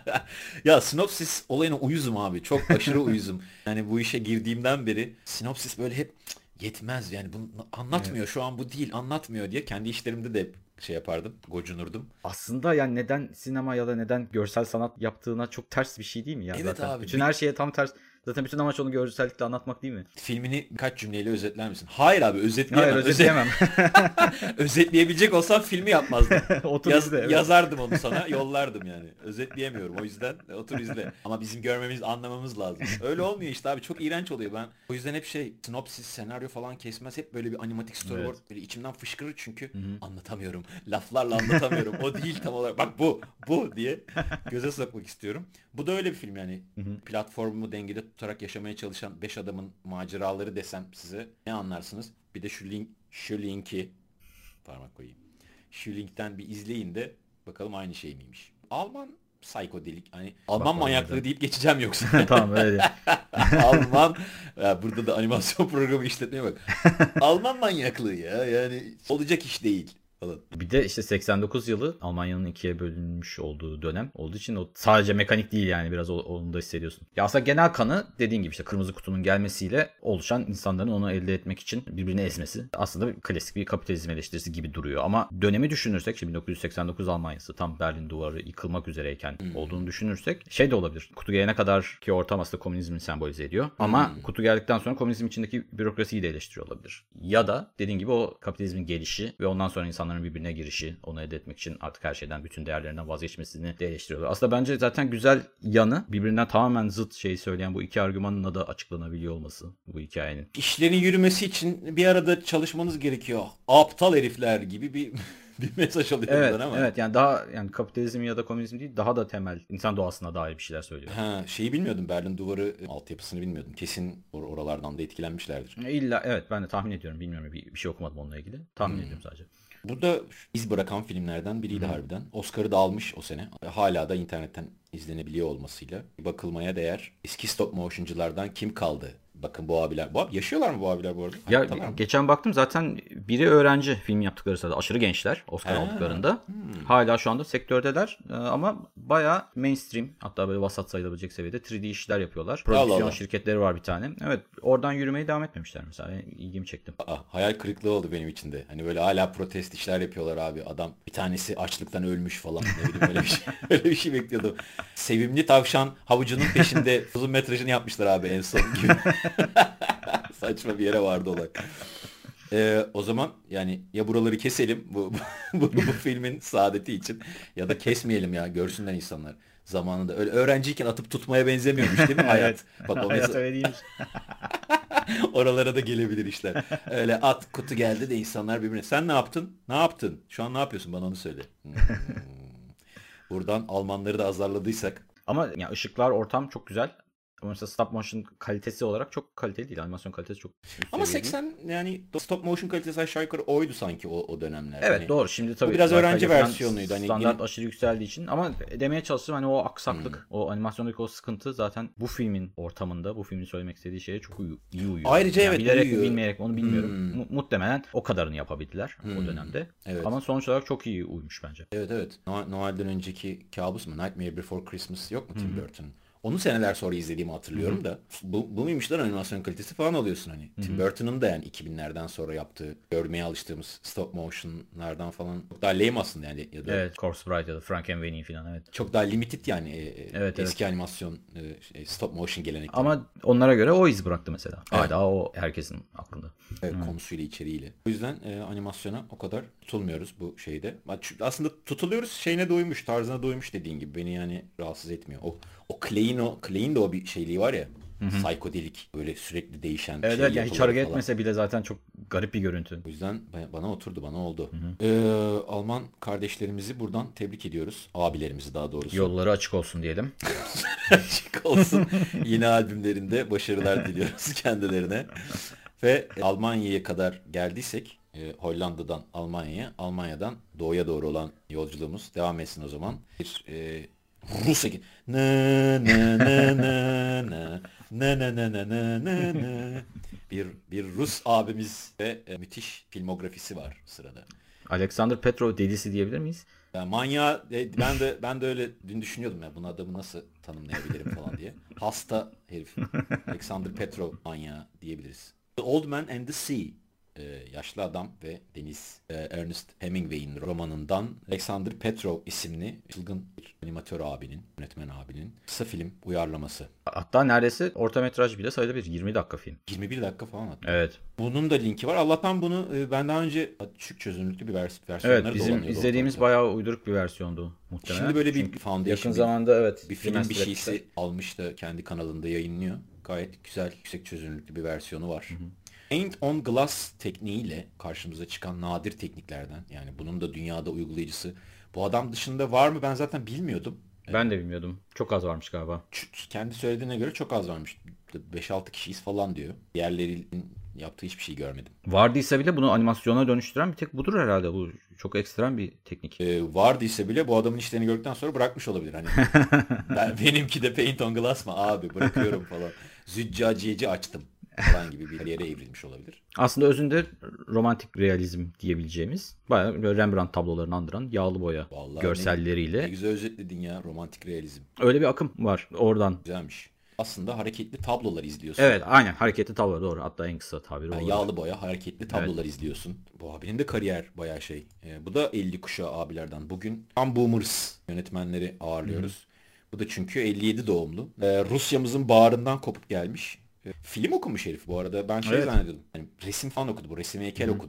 Ya sinopsis olayına uyuzum abi. Çok aşırı uyuzum. Yani bu işe girdiğimden beri sinopsis böyle hep yetmez yani bunu anlatmıyor, evet. Şu an bu değil, anlatmıyor diye kendi işlerimde de hep şey yapardım, gocunurdum. Aslında yani neden sinema ya da neden görsel sanat yaptığına çok ters bir şey değil mi ya? Evet zaten? Abi. Bütün her şeye tam ters. Zaten bütün amaç onu görsellikle anlatmak değil mi? Filmini kaç cümleyle özetler misin? Hayır abi, özetleyemem. Hayır, özetleyemem. Özetleyebilecek olsam filmi yapmazdım. Otur Yaz, izle, evet. Yazardım onu sana, yollardım yani. Özetleyemiyorum, o yüzden otur izle. Ama bizim görmemiz, anlamamız lazım. Öyle olmuyor işte abi, çok iğrenç oluyor. Ben o yüzden hep şey, sinopsis, senaryo falan kesmez. Hep böyle bir animatik storyboard, evet. Böyle içimden fışkırır çünkü Hı-hı. anlatamıyorum. Laflarla anlatamıyorum. O değil tam olarak. Bak bu, bu diye göze sokmak istiyorum. Bu da öyle bir film yani. Hı-hı. Platformu dengede tutarak yaşamaya çalışan beş adamın maceraları desem size ne anlarsınız? Bir de şu link, şu linki parmak koyayım. Şu linkten bir izleyin de bakalım aynı şey miymiş. Alman psikodelik, hani Alman Bak, manyaklığı neden? Deyip geçeceğim yoksa. Tamam öyle. Alman ya, burada da animasyon programı işletmeye bak. Alman manyaklığı ya, yani olacak iş değil. Falan. Bir de işte seksen dokuz yılı Almanya'nın ikiye bölünmüş olduğu dönem olduğu için o sadece mekanik değil yani, biraz onu da hissediyorsun. Ya aslında genel kanı dediğin gibi işte kırmızı kutunun gelmesiyle oluşan insanların onu elde etmek için birbirini ezmesi aslında klasik bir kapitalizm eleştirisi gibi duruyor. Ama dönemi düşünürsek, işte bin dokuz yüz seksen dokuz Almanya'sı tam Berlin Duvarı yıkılmak üzereyken hmm. olduğunu düşünürsek şey de olabilir. Kutu gelene kadar ki ortam aslında komünizmi sembolize ediyor. Ama hmm. kutu geldikten sonra komünizm içindeki bürokrasiyi de eleştiriyor olabilir. Ya da dediğin gibi o kapitalizmin gelişi ve ondan sonra insanların birbirine girişi, onu elde etmek için artık her şeyden, bütün değerlerinden vazgeçmesini de eleştiriyorlar. Aslında bence zaten güzel yanı birbirinden tamamen zıt şeyi söyleyen bu iki argümanla da açıklanabiliyor olması bu hikayenin. İşlerin yürümesi için bir arada çalışmanız gerekiyor. Aptal herifler gibi bir bir mesaj alıyor Evet, buradan ama. evet yani daha yani kapitalizm ya da komünizm değil daha da temel insan doğasına dair bir şeyler söylüyor. Ha, şeyi bilmiyordum, Berlin Duvarı altyapısını bilmiyordum. Kesin or- oralardan da etkilenmişlerdir. İlla evet ben de tahmin ediyorum bilmiyorum bir, bir şey okumadım onunla ilgili. Tahmin Hmm. ediyorum sadece. Bu da iz bırakan filmlerden biriydi harbiden. Oscar'ı da almış o sene. Hala da internetten izlenebiliyor olmasıyla bakılmaya değer. Eski stop motion'culardan kim kaldı? Bakın bu abiler. Bu abi yaşıyorlar mı bu abiler bu arada? Ya Hayattalar mı? geçen baktım zaten biri öğrenci film yaptıkları sırada aşırı gençler Oscar Ha, aldıklarında. Hala şu anda sektördeler Ee, ama bayağı mainstream hatta böyle vasat sayılabilecek seviyede üç D işler yapıyorlar. Prodüksiyon Allah. şirketleri var bir tane. Evet oradan yürümeye devam etmemişler mesela. Benim ilgimi çekti. Aa, hayal kırıklığı oldu benim için de. Hani böyle hala protest işler yapıyorlar abi. Adam bir tanesi açlıktan ölmüş falan. Ne bileyim öyle bir şey, öyle bir şey bekliyordum. Sevimli tavşan havucunun peşinde uzun metrajını yapmışlar abi en son gibi. Saçma bir yere vardı olay. Ee, o zaman yani ya buraları keselim bu, bu, bu, bu filmin saadeti için ya da kesmeyelim ya görsünler insanlar zamanında. Öyle öğrenciyken atıp tutmaya benzemiyormuş değil mi hayat? Bak o Hayat mesela öyle değilmiş. oralara da gelebilir işler. Öyle at kutu geldi de insanlar birbirine. Sen ne yaptın? Ne yaptın? Şu an ne yapıyorsun? Bana onu söyle. Hmm. Buradan Almanları da azarladıysak. Ama ya ışıklar ortam çok güzel. Ama mesela stop motion kalitesi olarak çok kaliteli değil. Animasyon kalitesi çok üst Ama seviye değil. seksen yani stop motion kalitesi aşağı yukarı oydu sanki o, o dönemler. Evet Hani doğru. Şimdi tabii biraz Wi-Fi öğrenci falan versiyonuydu. Hani standart yine- aşırı yükseldiği için ama demeye çalıştım hani o aksaklık, o animasyondaki o sıkıntı zaten bu filmin ortamında, bu filmin söylemek istediği şeye çok uyu- iyi uyuyor. Ayrıca Yani evet, bilerek uyuyor. mi bilmeyerek mi onu bilmiyorum. Hmm. Mu- muhtemelen o kadarını yapabildiler o Hmm. dönemde. Evet. Ama sonuç olarak çok iyi uymuş bence. Evet evet. No- Noel'den önceki kabus mu? Nightmare Before Christmas yok mu Tim Burton? Onu seneler sonra izlediğimi hatırlıyorum da. Bu, bu muymuş lan animasyon kalitesi falan alıyorsun hani. Tim Burton'ın da yani iki binlerden sonra yaptığı, görmeye alıştığımız stop motion'lardan falan çok daha lame aslında yani. Ya da Evet, Corpse Bride ya da Frankenweenie falan evet. çok daha limited yani e, e, Evet, eski animasyon e, şey, stop motion gelenekleri. Ama onlara göre o iz bıraktı mesela. Hala o herkesin aklında. Evet, konusuyla içeriğiyle. O yüzden e, animasyona o kadar tutulmuyoruz bu şeyde. Aslında tutuluyoruz şeyine doymuş, tarzına doymuş dediğin gibi. Beni yani rahatsız etmiyor. O o Clay'in o Clay'in de o bir şeyliği var ya. Psikodelik böyle sürekli değişen Evet, şey evet yani hiç yapıları hareket falan. etmese bile zaten çok garip bir görüntü. O yüzden ba- bana oturdu, bana oldu. Ee, Alman kardeşlerimizi buradan tebrik ediyoruz. Abilerimizi daha doğrusu. Yolları açık olsun diyelim. Açık olsun. Yeni albümlerinde başarılar diliyoruz kendilerine. Ve Almanya'ya kadar geldiysek e, Hollanda'dan Almanya'ya, Almanya'dan doğuya doğru olan yolculuğumuz devam etsin o zaman. Bir e, Rus eki- na na na na na na na na na na na na. bir bir Rus abimiz ve e, müthiş filmografisi var sırada. Alexander Petrov delisi diyebilir miyiz? Yani manyağı e, ben de ben de öyle dün düşünüyordum ya bunu adamı nasıl tanımlayabilirim falan diye. Hasta herif. Alexander Petrov manyağı diyebiliriz. The Old Man and the Sea. Ee, yaşlı adam ve deniz. Ee, Ernest Hemingway'in romanından Alexander Petrov isimli çılgın bir animatör abinin, yönetmen abinin kısa film uyarlaması. Hatta neredeyse orta metraj bile sayılabilir. yirmi dakika film. yirmi bir dakika falan hatta. Evet. Bunun da linki var. Allah'tan bunu e, ben daha önce düşük çözünürlüklü bir vers versiyonları Evet bizim dolanıyordu izlediğimiz ortalıkta. bayağı uyduruk bir versiyondu muhtemelen. Şimdi böyle bir Çünkü foundation, yakın bir- zamanda evet. bir film bir remaster şeysi etmişler. almış da kendi kanalında yayınlıyor. Gayet güzel, yüksek çözünürlüklü bir versiyonu var. Paint on Glass tekniğiyle karşımıza çıkan nadir tekniklerden. Yani bunun da dünyada uygulayıcısı. Bu adam dışında var mı ben zaten bilmiyordum. Ben de bilmiyordum. Çok az varmış galiba. Ç- Kendi söylediğine göre çok az varmış. beş altı kişiyiz falan diyor. Diğerlerinin yaptığı hiçbir şey görmedim. Vardıysa bile bunu animasyona dönüştüren bir tek budur herhalde. Bu çok ekstrem bir teknik. Ee, vardıysa bile bu adamın işlerini gördükten sonra bırakmış olabilir. Hani ben, benimki de Paint on Glass mı abi bırakıyorum falan. Züccaciyeci açtım falan gibi bir yere evrilmiş olabilir. Aslında özünde romantik realizm diyebileceğimiz bayağı böyle Rembrandt tablolarını andıran yağlı boya Vallahi görselleriyle. Ne, ne güzel özetledin ya romantik realizm. Öyle bir akım var oradan. Güzelmiş. Aslında hareketli tablolar izliyorsun. Evet aynen hareketli tablo doğru. Hatta en kısa tabiri Yani o. yağlı boya hareketli tablolar izliyorsun. Bu abinin de kariyer bayağı şey. Ee, bu da elli kuşağı abilerden. Bugün tam boomers yönetmenleri ağırlıyoruz. Bu da çünkü elli yedi doğumlu. Ee, Rusya'mızın bağrından kopup gelmiş. Ee, film okumuş herif bu arada. Ben şey Evet. zannediyordum. Hani resim falan okudu bu. Resim heykel okudu.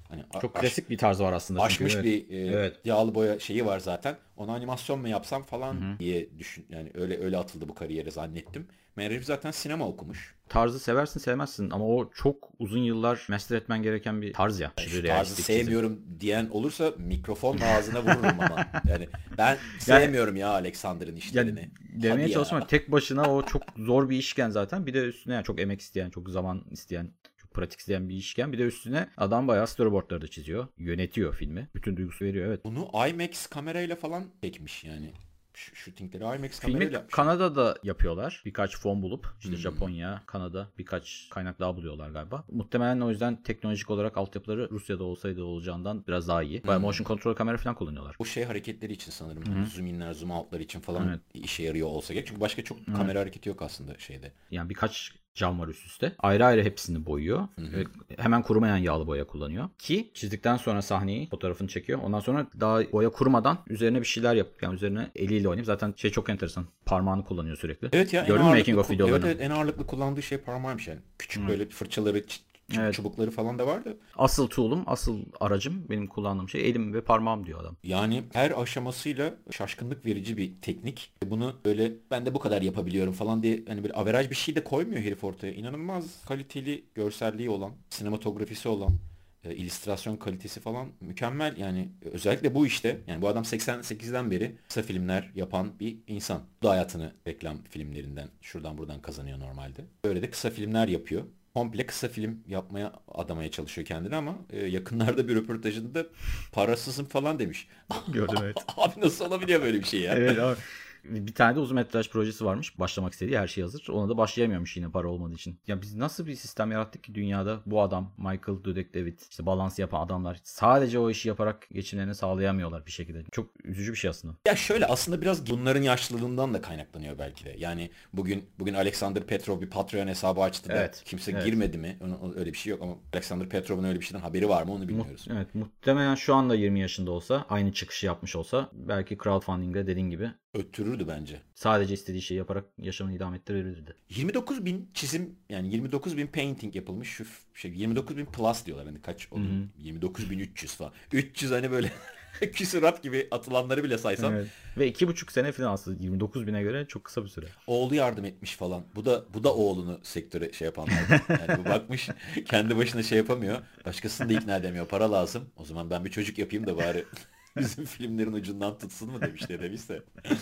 Hani Çok aş, klasik bir tarzı var aslında. aşmış Çünkü, bir e, evet. yağlı boya şeyi var zaten. Onu animasyon mu yapsam Hı falan hı. diye düşün. Yani öyle öyle atıldı bu kariyere zannettim. Meğer herif zaten sinema okumuş. Tarzı seversin sevmezsin ama o çok uzun yıllar master etmen gereken bir tarz ya. Yani Aşırı şu tarzı realistik çizim. sevmiyorum diyen olursa mikrofonla ağzına vururum ama. Yani ben Yani sevmiyorum ya Alexander'ın ya işlerini. demeye Hadi ya. çalışmam. Tek başına o çok zor bir işken zaten. Bir de üstüne yani çok emek isteyen, çok zaman isteyen, çok pratik isteyen bir işken. Bir de üstüne adam bayağı storyboardları da çiziyor. Yönetiyor filmi. Bütün duygusu veriyor, evet. Bunu IMAX kamerayla falan çekmiş yani. Sh- Shootingleri IMAX Filmi kamerayla yapmışlar. Kanada'da yapıyorlar. Birkaç fon bulup işte Hmm. Japonya, Kanada birkaç kaynak daha buluyorlar galiba. Muhtemelen o yüzden teknolojik olarak altyapıları Rusya'da olsaydı olacağından biraz daha iyi. Bayağı Hmm. motion control kamera falan kullanıyorlar. Bu şey hareketleri için sanırım. Hı hı. Hani zoom inler, zoom outlar için falan Evet. işe yarıyor olsa gerek. Çünkü başka çok Evet. kamera hareketi yok aslında şeyde. Yani birkaç cam var üst üste. Ayrı ayrı hepsini boyuyor. Hı hı. Ve hemen kurumayan yağlı boya kullanıyor. Ki çizdikten sonra sahneyi, fotoğrafını çekiyor. Ondan sonra daha boya kurumadan üzerine bir şeyler yapıp yani üzerine eliyle oynayıp zaten şey çok enteresan. Parmağını kullanıyor sürekli. Evet ya, en Gördün mü ağırlıklı making of ku- videolarını? evet, evet, en ağırlıklı kullandığı şey parmağıymış yani. Küçük Hı. böyle fırçaları, ç- ç- Evet. çubukları falan da vardı. Asıl tool'um, asıl aracım benim kullandığım şey elim ve parmağım diyor adam. Yani her aşamasıyla şaşkınlık verici bir teknik. Bunu böyle ben de bu kadar yapabiliyorum falan diye hani böyle averaj bir şey de koymuyor herif ortaya. İnanılmaz kaliteli görselliği olan, sinematografisi olan, e, illüstrasyon kalitesi falan mükemmel yani. Özellikle bu işte yani bu adam seksen sekizden beri kısa filmler yapan bir insan. Bu da hayatını reklam filmlerinden şuradan buradan kazanıyor normalde. Böyle de kısa filmler yapıyor. Komple kısa film yapmaya adamaya çalışıyor kendini ama e, yakınlarda bir röportajında parasızım falan demiş. Gördüm, evet. Abi nasıl olabiliyor böyle bir şey ya? Evet abi. Bir tane de uzun metraj projesi varmış. Başlamak istediği, her şey hazır. Ona da başlayamıyormuş yine para olmadığı için. Ya biz nasıl bir sistem yarattık ki dünyada bu adam, Michael Dudek David, işte balans yapan adamlar sadece o işi yaparak geçimlerini sağlayamıyorlar bir şekilde. Çok üzücü bir şey aslında. Ya şöyle aslında biraz bunların yaşlılığından da kaynaklanıyor belki de. Yani bugün bugün Alexander Petrov bir Patreon hesabı açtı da Evet, kimse evet. girmedi mi? Onun, öyle bir şey yok ama Alexander Petrov'un öyle bir şeyden haberi var mı onu Mu- bilmiyoruz. evet, muhtemelen şu anda yirmi yaşında olsa, aynı çıkışı yapmış olsa belki crowdfunding'de dediğin gibi Öttürürdü bence. sadece istediği şeyi yaparak yaşamını idame ettirebilirdi. yirmi dokuz bin çizim yani yirmi dokuz bin painting yapılmış şu f- şey yirmi dokuz bin plus diyorlar hani kaç Hı hı. onun yirmi dokuz bin üç yüz falan. üç yüz hani böyle küsurat gibi atılanları bile saysam Evet. Ve iki buçuk sene falan aslında yirmi dokuz bine göre çok kısa bir süre. oğlu yardım etmiş falan. Bu da bu da oğlunu sektöre şey yapanlardan. Yani bu bakmış kendi başına şey yapamıyor. Başkasını da ikna edemiyor. Para lazım. O zaman ben bir çocuk yapayım da bari bizim filmlerin ucundan tutsun mu demiş ne demişse.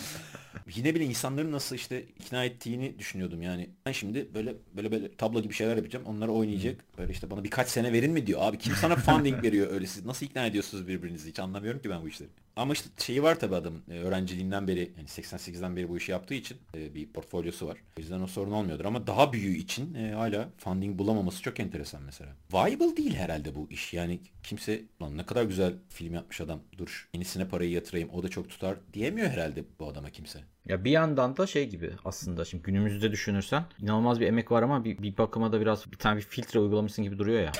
Yine bile insanların nasıl işte ikna ettiğini düşünüyordum yani. Ben şimdi böyle böyle böyle tablo gibi şeyler yapacağım. Onları oynayacak. Böyle işte bana birkaç sene verin mi diyor. Abi kim sana funding veriyor öyle siz nasıl ikna ediyorsunuz birbirinizi hiç anlamıyorum ki ben bu işleri. Ama işte şeyi var tabii adamın e, öğrenciliğinden beri yani seksen sekizden beri bu işi yaptığı için e, bir portfolyosu var. O yüzden o sorun olmuyordur ama daha büyüğü için e, hala funding bulamaması çok enteresan mesela. Viable değil herhalde bu iş. Yani kimse lan ne kadar güzel film yapmış adam. Dur yenisine parayı yatırayım o da çok tutar diyemiyor herhalde bu adama kimse. Ya bir yandan da şey gibi aslında şimdi günümüzde düşünürsen inanılmaz bir emek var ama bir, bir bakıma da biraz bir tane bir filtre uygulamışsın gibi duruyor ya.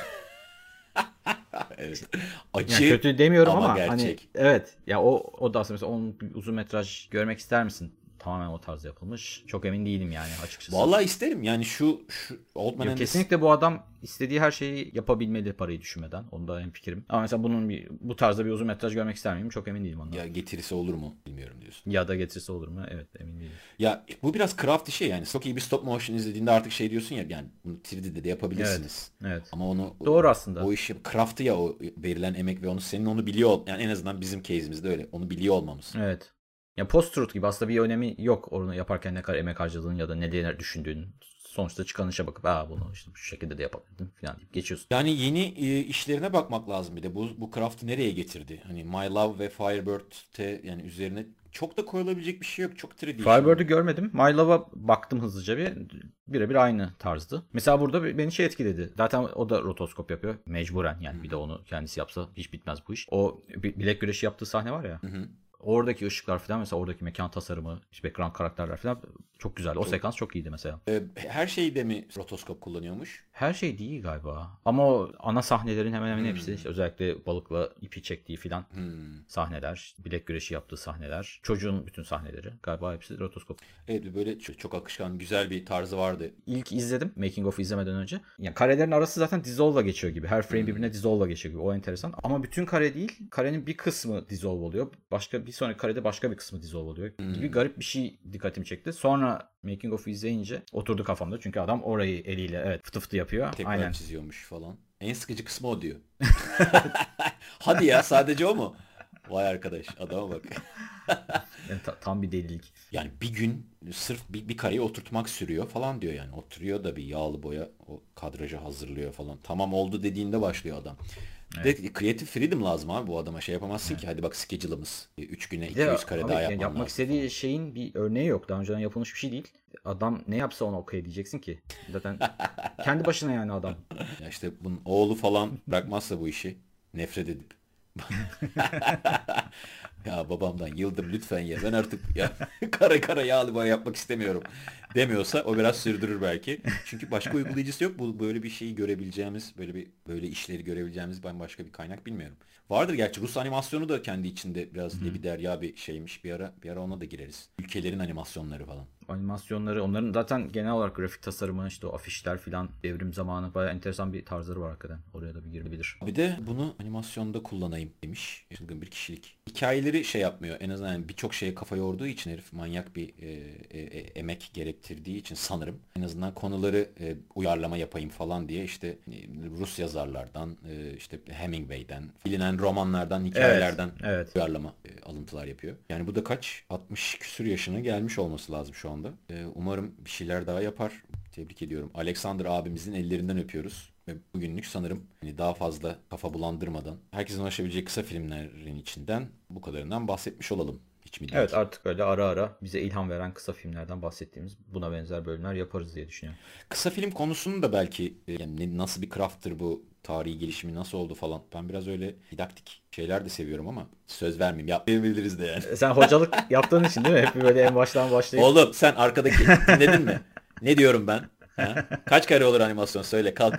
Evet. Yani Acı kötü demiyorum ama ama hani gerçek. evet ya o o da aslında mesela onun bir uzun metraj görmek ister misin? Tamamen o tarz yapılmış. Çok emin değilim yani açıkçası. Vallahi isterim. Yani şu şu Old Man Yok, and the kesinlikle bu adam istediği her şeyi yapabilmeli parayı düşünmeden. Onda hemfikirim. Ama mesela bunun bir bu tarzda bir uzun metraj görmek ister miyim? Çok emin değilim ondan. ya getirisi olur mu bilmiyorum diyorsun. Ya da getirisi olur mu? Evet, emin değilim. Ya bu biraz craft işi yani. Çok iyi bir stop motion izlediğinde artık şey diyorsun ya yani bunu üç D'de de yapabilirsiniz. Evet. Evet. Ama onu Doğru aslında. o işi craft'ı ya o verilen emek ve onu senin onu biliyor ol- yani en azından bizim case'imizde öyle. Onu biliyor olmamız. Evet. Ya post-truth gibi aslında bir önemi yok onu yaparken ne kadar emek harcadığın ya da ne diye düşündüğün. Sonuçta çıkanışa bakıp aa bunu işte şu şekilde de yapabilirdim falan deyip geçiyorsun. Yani yeni e, işlerine bakmak lazım bir de. Bu bu craft'ı nereye getirdi? Hani My Love ve Firebird'te yani üzerine çok da koyulabilecek bir şey yok. Çok üç D. Firebird'ü görmedim. My Love'a baktım hızlıca bir. Birebir aynı tarzdı. Mesela burada beni şey etkiledi. Zaten o da rotoskop yapıyor. Mecburen yani. Bir de onu kendisi yapsa hiç bitmez bu iş. O bilek güreşi yaptığı sahne var ya. Hı hı. Oradaki ışıklar falan mesela oradaki mekan tasarımı, işte background karakterler falan çok güzel. O Çok- sekans çok iyiydi mesela. E, her şeyde mi rotoskop kullanıyormuş? Her şey değil galiba. Ama o ana sahnelerin hemen hemen Hmm. hepsi işte özellikle balıkla ipi çektiği filan Hmm. sahneler, bilek güreşi yaptığı sahneler, çocuğun bütün sahneleri galiba hepsi rotoskop. Evet, böyle çok, çok akışkan, güzel bir tarzı vardı. İlk izledim making of izlemeden önce. Yani karelerin arası zaten dissolve'la geçiyor gibi. Her frame Hmm. birbirine dissolve'la geçiyor gibi. O enteresan. Ama bütün kare değil. Karenin bir kısmı dissolve oluyor. Başka bir sonraki karede başka bir kısmı dissolve oluyor. Hmm. Gibi garip bir şey dikkatimi çekti. Sonra making of izleyince oturdu kafamda. Çünkü adam orayı eliyle evet fıtı fıtı yapıyor. Tekrar Aynen. çiziyormuş falan. En sıkıcı kısmı o diyor. Hadi ya, sadece o mu? Vay arkadaş, adama bak. Yani ta- tam bir delilik. Yani bir gün sırf bir, bir kareyi oturtmak sürüyor falan diyor yani. Oturuyor da bir yağlı boya o kadrajı hazırlıyor falan. Tamam oldu dediğinde başlıyor adam. Evet. De creative freedom lazım abi bu adama. Şey yapamazsın evet. ki hadi bak schedule'ımız üç güne Bir de iki yüz kare abi daha yani yapman yapmak lazım. istediği şeyin bir örneği yok. Daha önceden yapılmış bir şey değil. Adam ne yapsa ona okey diyeceksin ki. Zaten kendi başına yani adam. Ya işte bunun oğlu falan bırakmazsa bu işi nefret edip. Ya babamdan yıldım lütfen ya, ben artık ya kara kara yağlı boya yapmak istemiyorum demiyorsa o biraz sürdürür belki. Çünkü başka uygulayıcısı yok. Bu böyle bir şeyi görebileceğimiz, böyle bir böyle işleri görebileceğimiz ben başka bir kaynak bilmiyorum. Vardır gerçi, Rus animasyonu da kendi içinde biraz bir derya bir şeymiş. Bir ara bir ara ona da gireriz. Ülkelerin animasyonları falan. Animasyonları, onların zaten genel olarak grafik tasarımı, işte o afişler filan devrim zamanı bayağı enteresan bir tarzları var hakikaten. Oraya da bir girebilir. Bir de bunu animasyonda kullanayım demiş. Çılgın bir kişilik. Hikayeleri şey yapmıyor. En azından yani birçok şeye kafa yorduğu için herif, manyak bir e, e, e, emek gerektirdiği için sanırım. En azından konuları e, uyarlama yapayım falan diye işte e, Rus yazarlardan, e, işte Hemingway'den, bilinen romanlardan, hikayelerden Evet, evet. uyarlama e, alıntılar yapıyor. Yani bu da kaç? altmış küsur yaşına gelmiş olması lazım şu anda. E, umarım bir şeyler daha yapar. Tebrik ediyorum. Alexander abimizin ellerinden öpüyoruz. Ve bugünlük sanırım hani daha fazla kafa bulandırmadan herkesin ulaşabileceği kısa filmlerin içinden bu kadarından bahsetmiş olalım. Hiç mi değil? Evet, artık öyle ara ara bize ilham veren kısa filmlerden bahsettiğimiz buna benzer bölümler yaparız diye düşünüyorum. Kısa film konusunu da belki e, yani ne- nasıl bir craft'tır bu, tarihi gelişimi nasıl oldu falan. Ben biraz öyle didaktik şeyler de seviyorum ama söz vermeyeyim, yapmayabiliriz de yani. Sen hocalık yaptığın için değil mi? Hep böyle en baştan başlayıp. Oğlum sen arkadaki dinledin mi? Ne diyorum ben? Ha? Kaç kare olur animasyon, söyle kalk.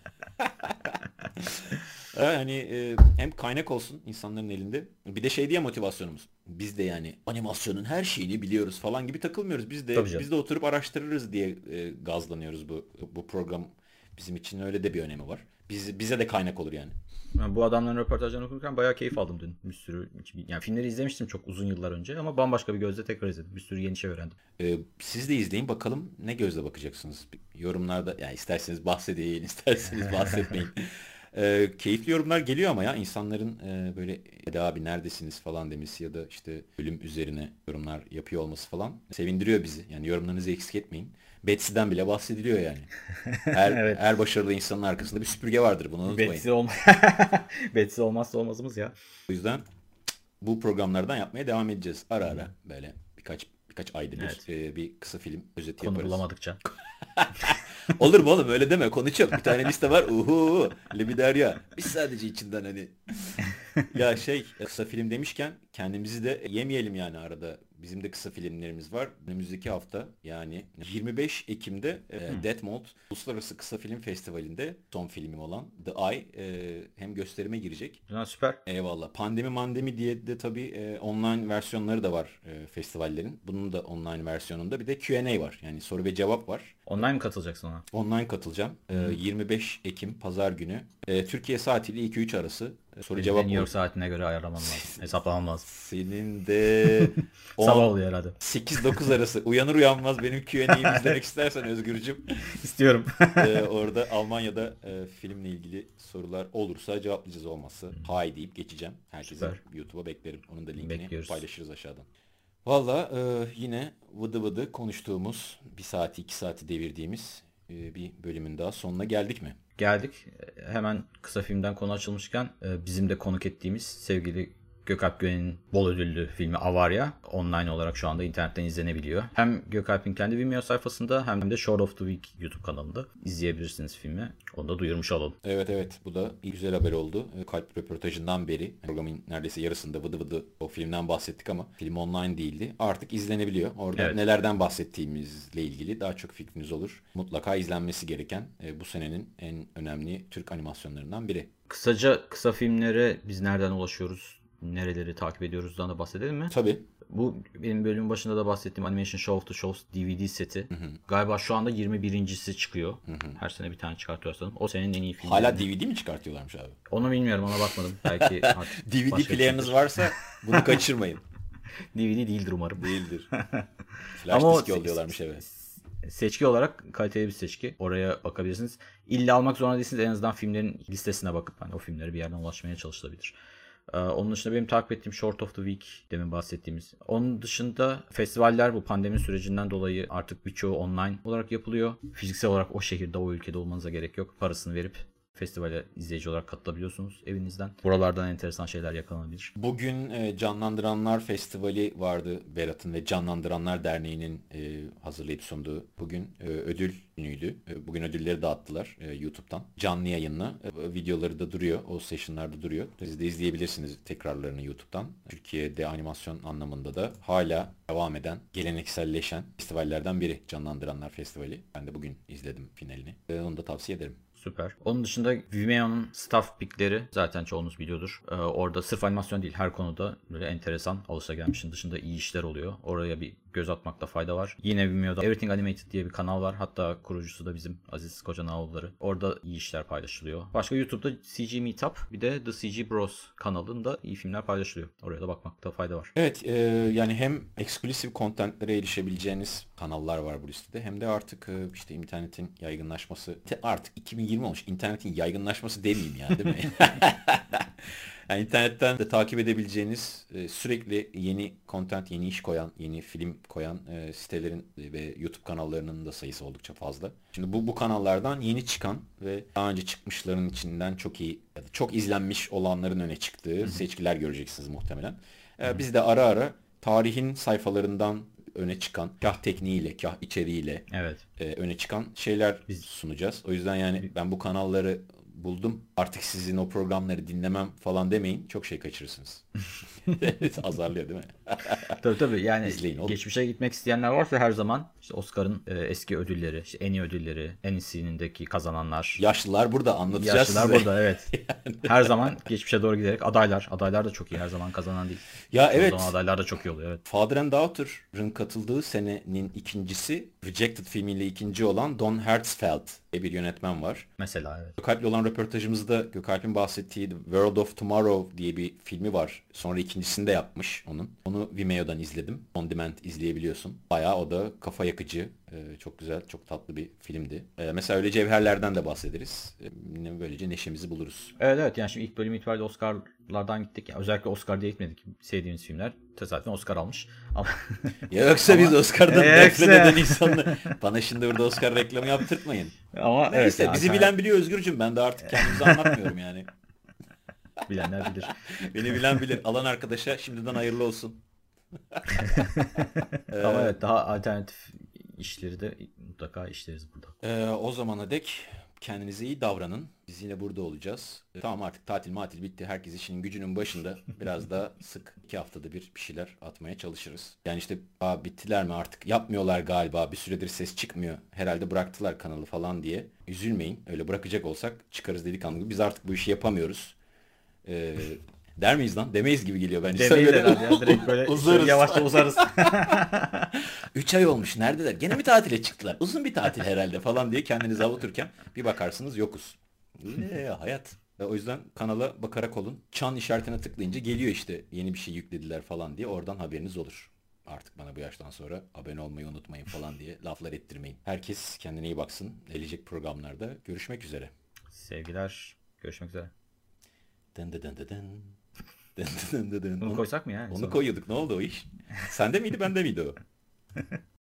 Yani e, hem kaynak olsun insanların elinde. Bir de şey diye motivasyonumuz. Biz de yani animasyonun her şeyini biliyoruz falan gibi takılmıyoruz. Biz Tabii de canım. biz de oturup araştırırız diye e, gazlanıyoruz bu bu program, bizim için öyle de bir önemi var. Biz bize de kaynak olur yani. Ben bu adamların röportajlarını okurken bayağı keyif aldım dün. Bir sürü yani filmleri izlemiştim çok uzun yıllar önce ama bambaşka bir gözle tekrar izledim. Bir sürü yeni şey öğrendim. E, siz de izleyin bakalım ne gözle bakacaksınız. Yorumlarda yani isterseniz bahsedin, isterseniz bahsetmeyin. E, keyifli yorumlar geliyor ama ya insanların e, böyle Eda abi neredesiniz falan demesi ya da işte bölüm üzerine yorumlar yapıyor olması falan sevindiriyor bizi. Yani yorumlarınızı eksik etmeyin. Betsy'den bile bahsediliyor yani. Her Evet. her başarılı insanın arkasında bir süpürge vardır, bunu unutmayın. Betsy, olma Betsy olmazsa olmazımız ya. O yüzden bu programlardan yapmaya devam edeceğiz. Ara ara böyle birkaç birkaç ayda bir Evet. e, bir kısa film özeti Konu yaparız. bulamadıkça. Olur mu oğlum, öyle deme, konu çok. Bir tane liste var. Uhu, Lebiderya. Biz sadece içinden hani. Ya şey, kısa film demişken kendimizi de yemeyelim yani arada. Bizim de kısa filmlerimiz var. Önümüzdeki hafta yani yirmi beş Ekim'de e, Death Note Uluslararası Kısa Film Festivali'nde son filmim olan The Eye e, hem gösterime girecek. Ha, süper. Eyvallah. Pandemi mandemi diye de tabii e, online versiyonları da var e, festivallerin. Bunun da online versiyonunda bir de Q and A var. Yani soru ve cevap var. Online mi katılacaksın ona? Online katılacağım. E, yirmi beş Ekim Pazar günü. E, Türkiye saatiyle iki üç arası. E, soru Benim cevap New York olur. saatine göre ayarlamam lazım. Hesaplamam lazım. Senin de Sabah on oluyor herhalde. sekiz dokuz arası uyanır uyanmaz benim Q and A'yi izlemek istersen Özgürcüm. İstiyorum. e, orada Almanya'da e, filmle ilgili sorular olursa cevaplayacağız, olmazsa hay deyip geçeceğim. Herkese Süper. YouTube'a beklerim. Onun da linkini Bekliyoruz. paylaşırız aşağıdan. Valla e, yine vıdı vıdı konuştuğumuz, bir saati iki saati devirdiğimiz e, bir bölümün daha sonuna geldik mi? Geldik. Hemen kısa filmden konu açılmışken bizim de konuk ettiğimiz sevgili Gökalp Gönen'in bol ödüllü filmi Avarya online olarak şu anda internetten izlenebiliyor. Hem Gökalp'in kendi Vimeo sayfasında hem de Short of the Week YouTube kanalında izleyebilirsiniz filmi. Onu da duyurmuş olalım. Evet evet, bu da güzel haber oldu. Kalp röportajından beri programın neredeyse yarısında vıdı vıdı o filmden bahsettik ama film online değildi. Artık izlenebiliyor. Orada evet. nelerden bahsettiğimizle ilgili daha çok fikriniz olur. Mutlaka izlenmesi gereken bu senenin en önemli Türk animasyonlarından biri. Kısaca kısa filmlere biz nereden ulaşıyoruz, nereleri takip ediyoruzdan da bahsedelim mi? Tabii. Bu benim bölümün başında da bahsettiğim Animation Show of the Shows D V D seti. Hı hı. Galiba şu anda yirmi birincisi çıkıyor. Hı hı. Her sene bir tane çıkartıyor sanırım. O senenin en iyi filmi. Hala D V D mi çıkartıyorlarmış abi? Onu bilmiyorum, ona bakmadım. Belki artık D V D player'ınız varsa bunu kaçırmayın. D V D değildir umarım. Değildir. Flash disk yolluyorlarmış eve. Seçki olarak kaliteli bir seçki. Oraya bakabilirsiniz. İlla almak zorunda değilsiniz. En azından filmlerin listesine bakıp hani o filmlere bir yerden ulaşmaya çalışılabilir. Ee, onun dışında benim takip ettiğim Short of the Week demin bahsettiğimiz. Onun dışında festivaller bu pandemi sürecinden dolayı artık birçoğu online olarak yapılıyor. Fiziksel olarak o şehirde, o ülkede olmanıza gerek yok. Parasını verip festivale izleyici olarak katılabiliyorsunuz evinizden. Buralardan enteresan şeyler yakalanabilir. Bugün e, Canlandıranlar Festivali vardı. Berat'ın ve Canlandıranlar Derneği'nin e, hazırlayıp sunduğu. Bugün e, ödül günüydü. E, bugün ödülleri dağıttılar e, YouTube'dan. Canlı yayınla. E, videoları da duruyor. O session'larda duruyor. Siz de izleyebilirsiniz tekrarlarını YouTube'dan. Türkiye'de animasyon anlamında da hala devam eden, gelenekselleşen festivallerden biri Canlandıranlar Festivali. Ben de bugün izledim finalini. E, onu da tavsiye ederim. Süper. Onun dışında Vimeo'nun staff pickleri zaten çoğunuz biliyordur. Ee, orada sırf animasyon değil, her konuda böyle enteresan, alışagelmişin dışında iyi işler oluyor. Oraya bir göz atmakta fayda var. Yine Vimeo'da Everything Animated diye bir kanal var. Hatta kurucusu da bizim Aziz Kocanağoğulları. Orada iyi işler paylaşılıyor. Başka YouTube'da C G Meetup, bir de The C G Bros kanalında iyi filmler paylaşılıyor. Oraya da bakmakta fayda var. Evet, e, yani hem eksklusif contentlere erişebileceğiniz kanallar var bu listede. Hem de artık e, işte internetin yaygınlaşması, artık iki bin yirmi olmuş. İnternetin yaygınlaşması demeyeyim ya, değil mi? Yani internetten de takip edebileceğiniz e, sürekli yeni content, yeni iş koyan, yeni film koyan e, sitelerin ve YouTube kanallarının da sayısı oldukça fazla. Şimdi bu bu kanallardan yeni çıkan ve daha önce çıkmışların içinden çok iyi ya da çok izlenmiş olanların öne çıktığı Hı-hı. seçkiler göreceksiniz muhtemelen. E, biz de ara ara tarihin sayfalarından öne çıkan, kah tekniğiyle, kah içeriğiyle evet. e, öne çıkan şeyler biz sunacağız. O yüzden yani ben bu kanalları buldum, artık sizin o programları dinlemem falan demeyin. Çok şey kaçırırsınız. Azarlıyor değil mi? Tabii tabii. Yani İzleyin, geçmişe gitmek isteyenler varsa her zaman işte Oscar'ın e, eski ödülleri, işte en iyi ödülleri, en iyisindeki kazananlar. Yaşlılar burada, anlatacağız Yaşlılar size. burada, evet. Yani. Her zaman geçmişe doğru giderek adaylar. Adaylar da çok iyi, her zaman kazanan değil. Ya evet. O zaman adaylar da çok iyi oluyor, evet. Father and Daughter'ın katıldığı senenin ikincisi, Rejected filmiyle ikinci olan Don Hertzfeldt diye bir yönetmen var. Mesela evet. Gökalp'le olan röportajımızda Gökalp'in bahsettiği The World of Tomorrow diye bir filmi var. Sonra ikincisini de yapmış onun. Onu Vimeo'dan izledim. On demand izleyebiliyorsun. Bayağı o da kafa yakıcı. Ee, çok güzel, çok tatlı bir filmdi. Ee, mesela öyle cevherlerden de bahsederiz. Ee, böylece neşemizi buluruz. Evet evet, yani şimdi ilk bölüm itibariyle Oscar'lardan gittik. Yani özellikle Oscar diye gitmedik. Sevdiğimiz filmler tesadüfen Oscar almış. Ama yoksa ama, biz Oscar'dan nefret eden insanlar. Bana şimdi burada Oscar reklamı yaptırtmayın. Ama neyse evet, yani bizi bilen sen... biliyor Özgürcüm. Ben de artık kendimizi anlatmıyorum yani. Bilenler bilir. Beni bilen bilir. Alan arkadaşa şimdiden hayırlı olsun. Ama evet, daha alternatif işleri de mutlaka işleriz burada. Ee, o zamana dek kendinize iyi davranın. Biz yine burada olacağız. Ee, tamam, artık tatil matil bitti. Herkes işinin gücünün başında. Biraz daha sık iki haftada bir bir şeyler atmaya çalışırız. Yani işte aa, bittiler mi artık, yapmıyorlar galiba, bir süredir ses çıkmıyor, herhalde bıraktılar kanalı falan diye üzülmeyin. Öyle bırakacak olsak çıkarız delikanlı gibi. Biz artık bu işi yapamıyoruz. Ee, der miyiz lan? Demeyiz gibi geliyor bence. Demeyiz herhalde ya. Direkt böyle uzarız. Yavaşça uzarız. üç ay olmuş, neredeler? Gene mi tatile çıktılar? Uzun bir tatil herhalde falan diye kendinizi avuturken bir bakarsınız yokuz. Eee hayat. Ve o yüzden kanala bakarak olun. Çan işaretine tıklayınca geliyor işte yeni bir şey yüklediler falan diye, oradan haberiniz olur. Artık bana bu yaştan sonra abone olmayı unutmayın falan diye laflar ettirmeyin. Herkes kendine iyi baksın. Gelecek programlarda görüşmek üzere. Sevgiler. Görüşmek üzere. Dın dın dın dın dın. Dın dın dın dın. Onu koysak mı ya? Onu sonra koyuyorduk. Ne oldu o iş? Sende miydi, bende miydi o?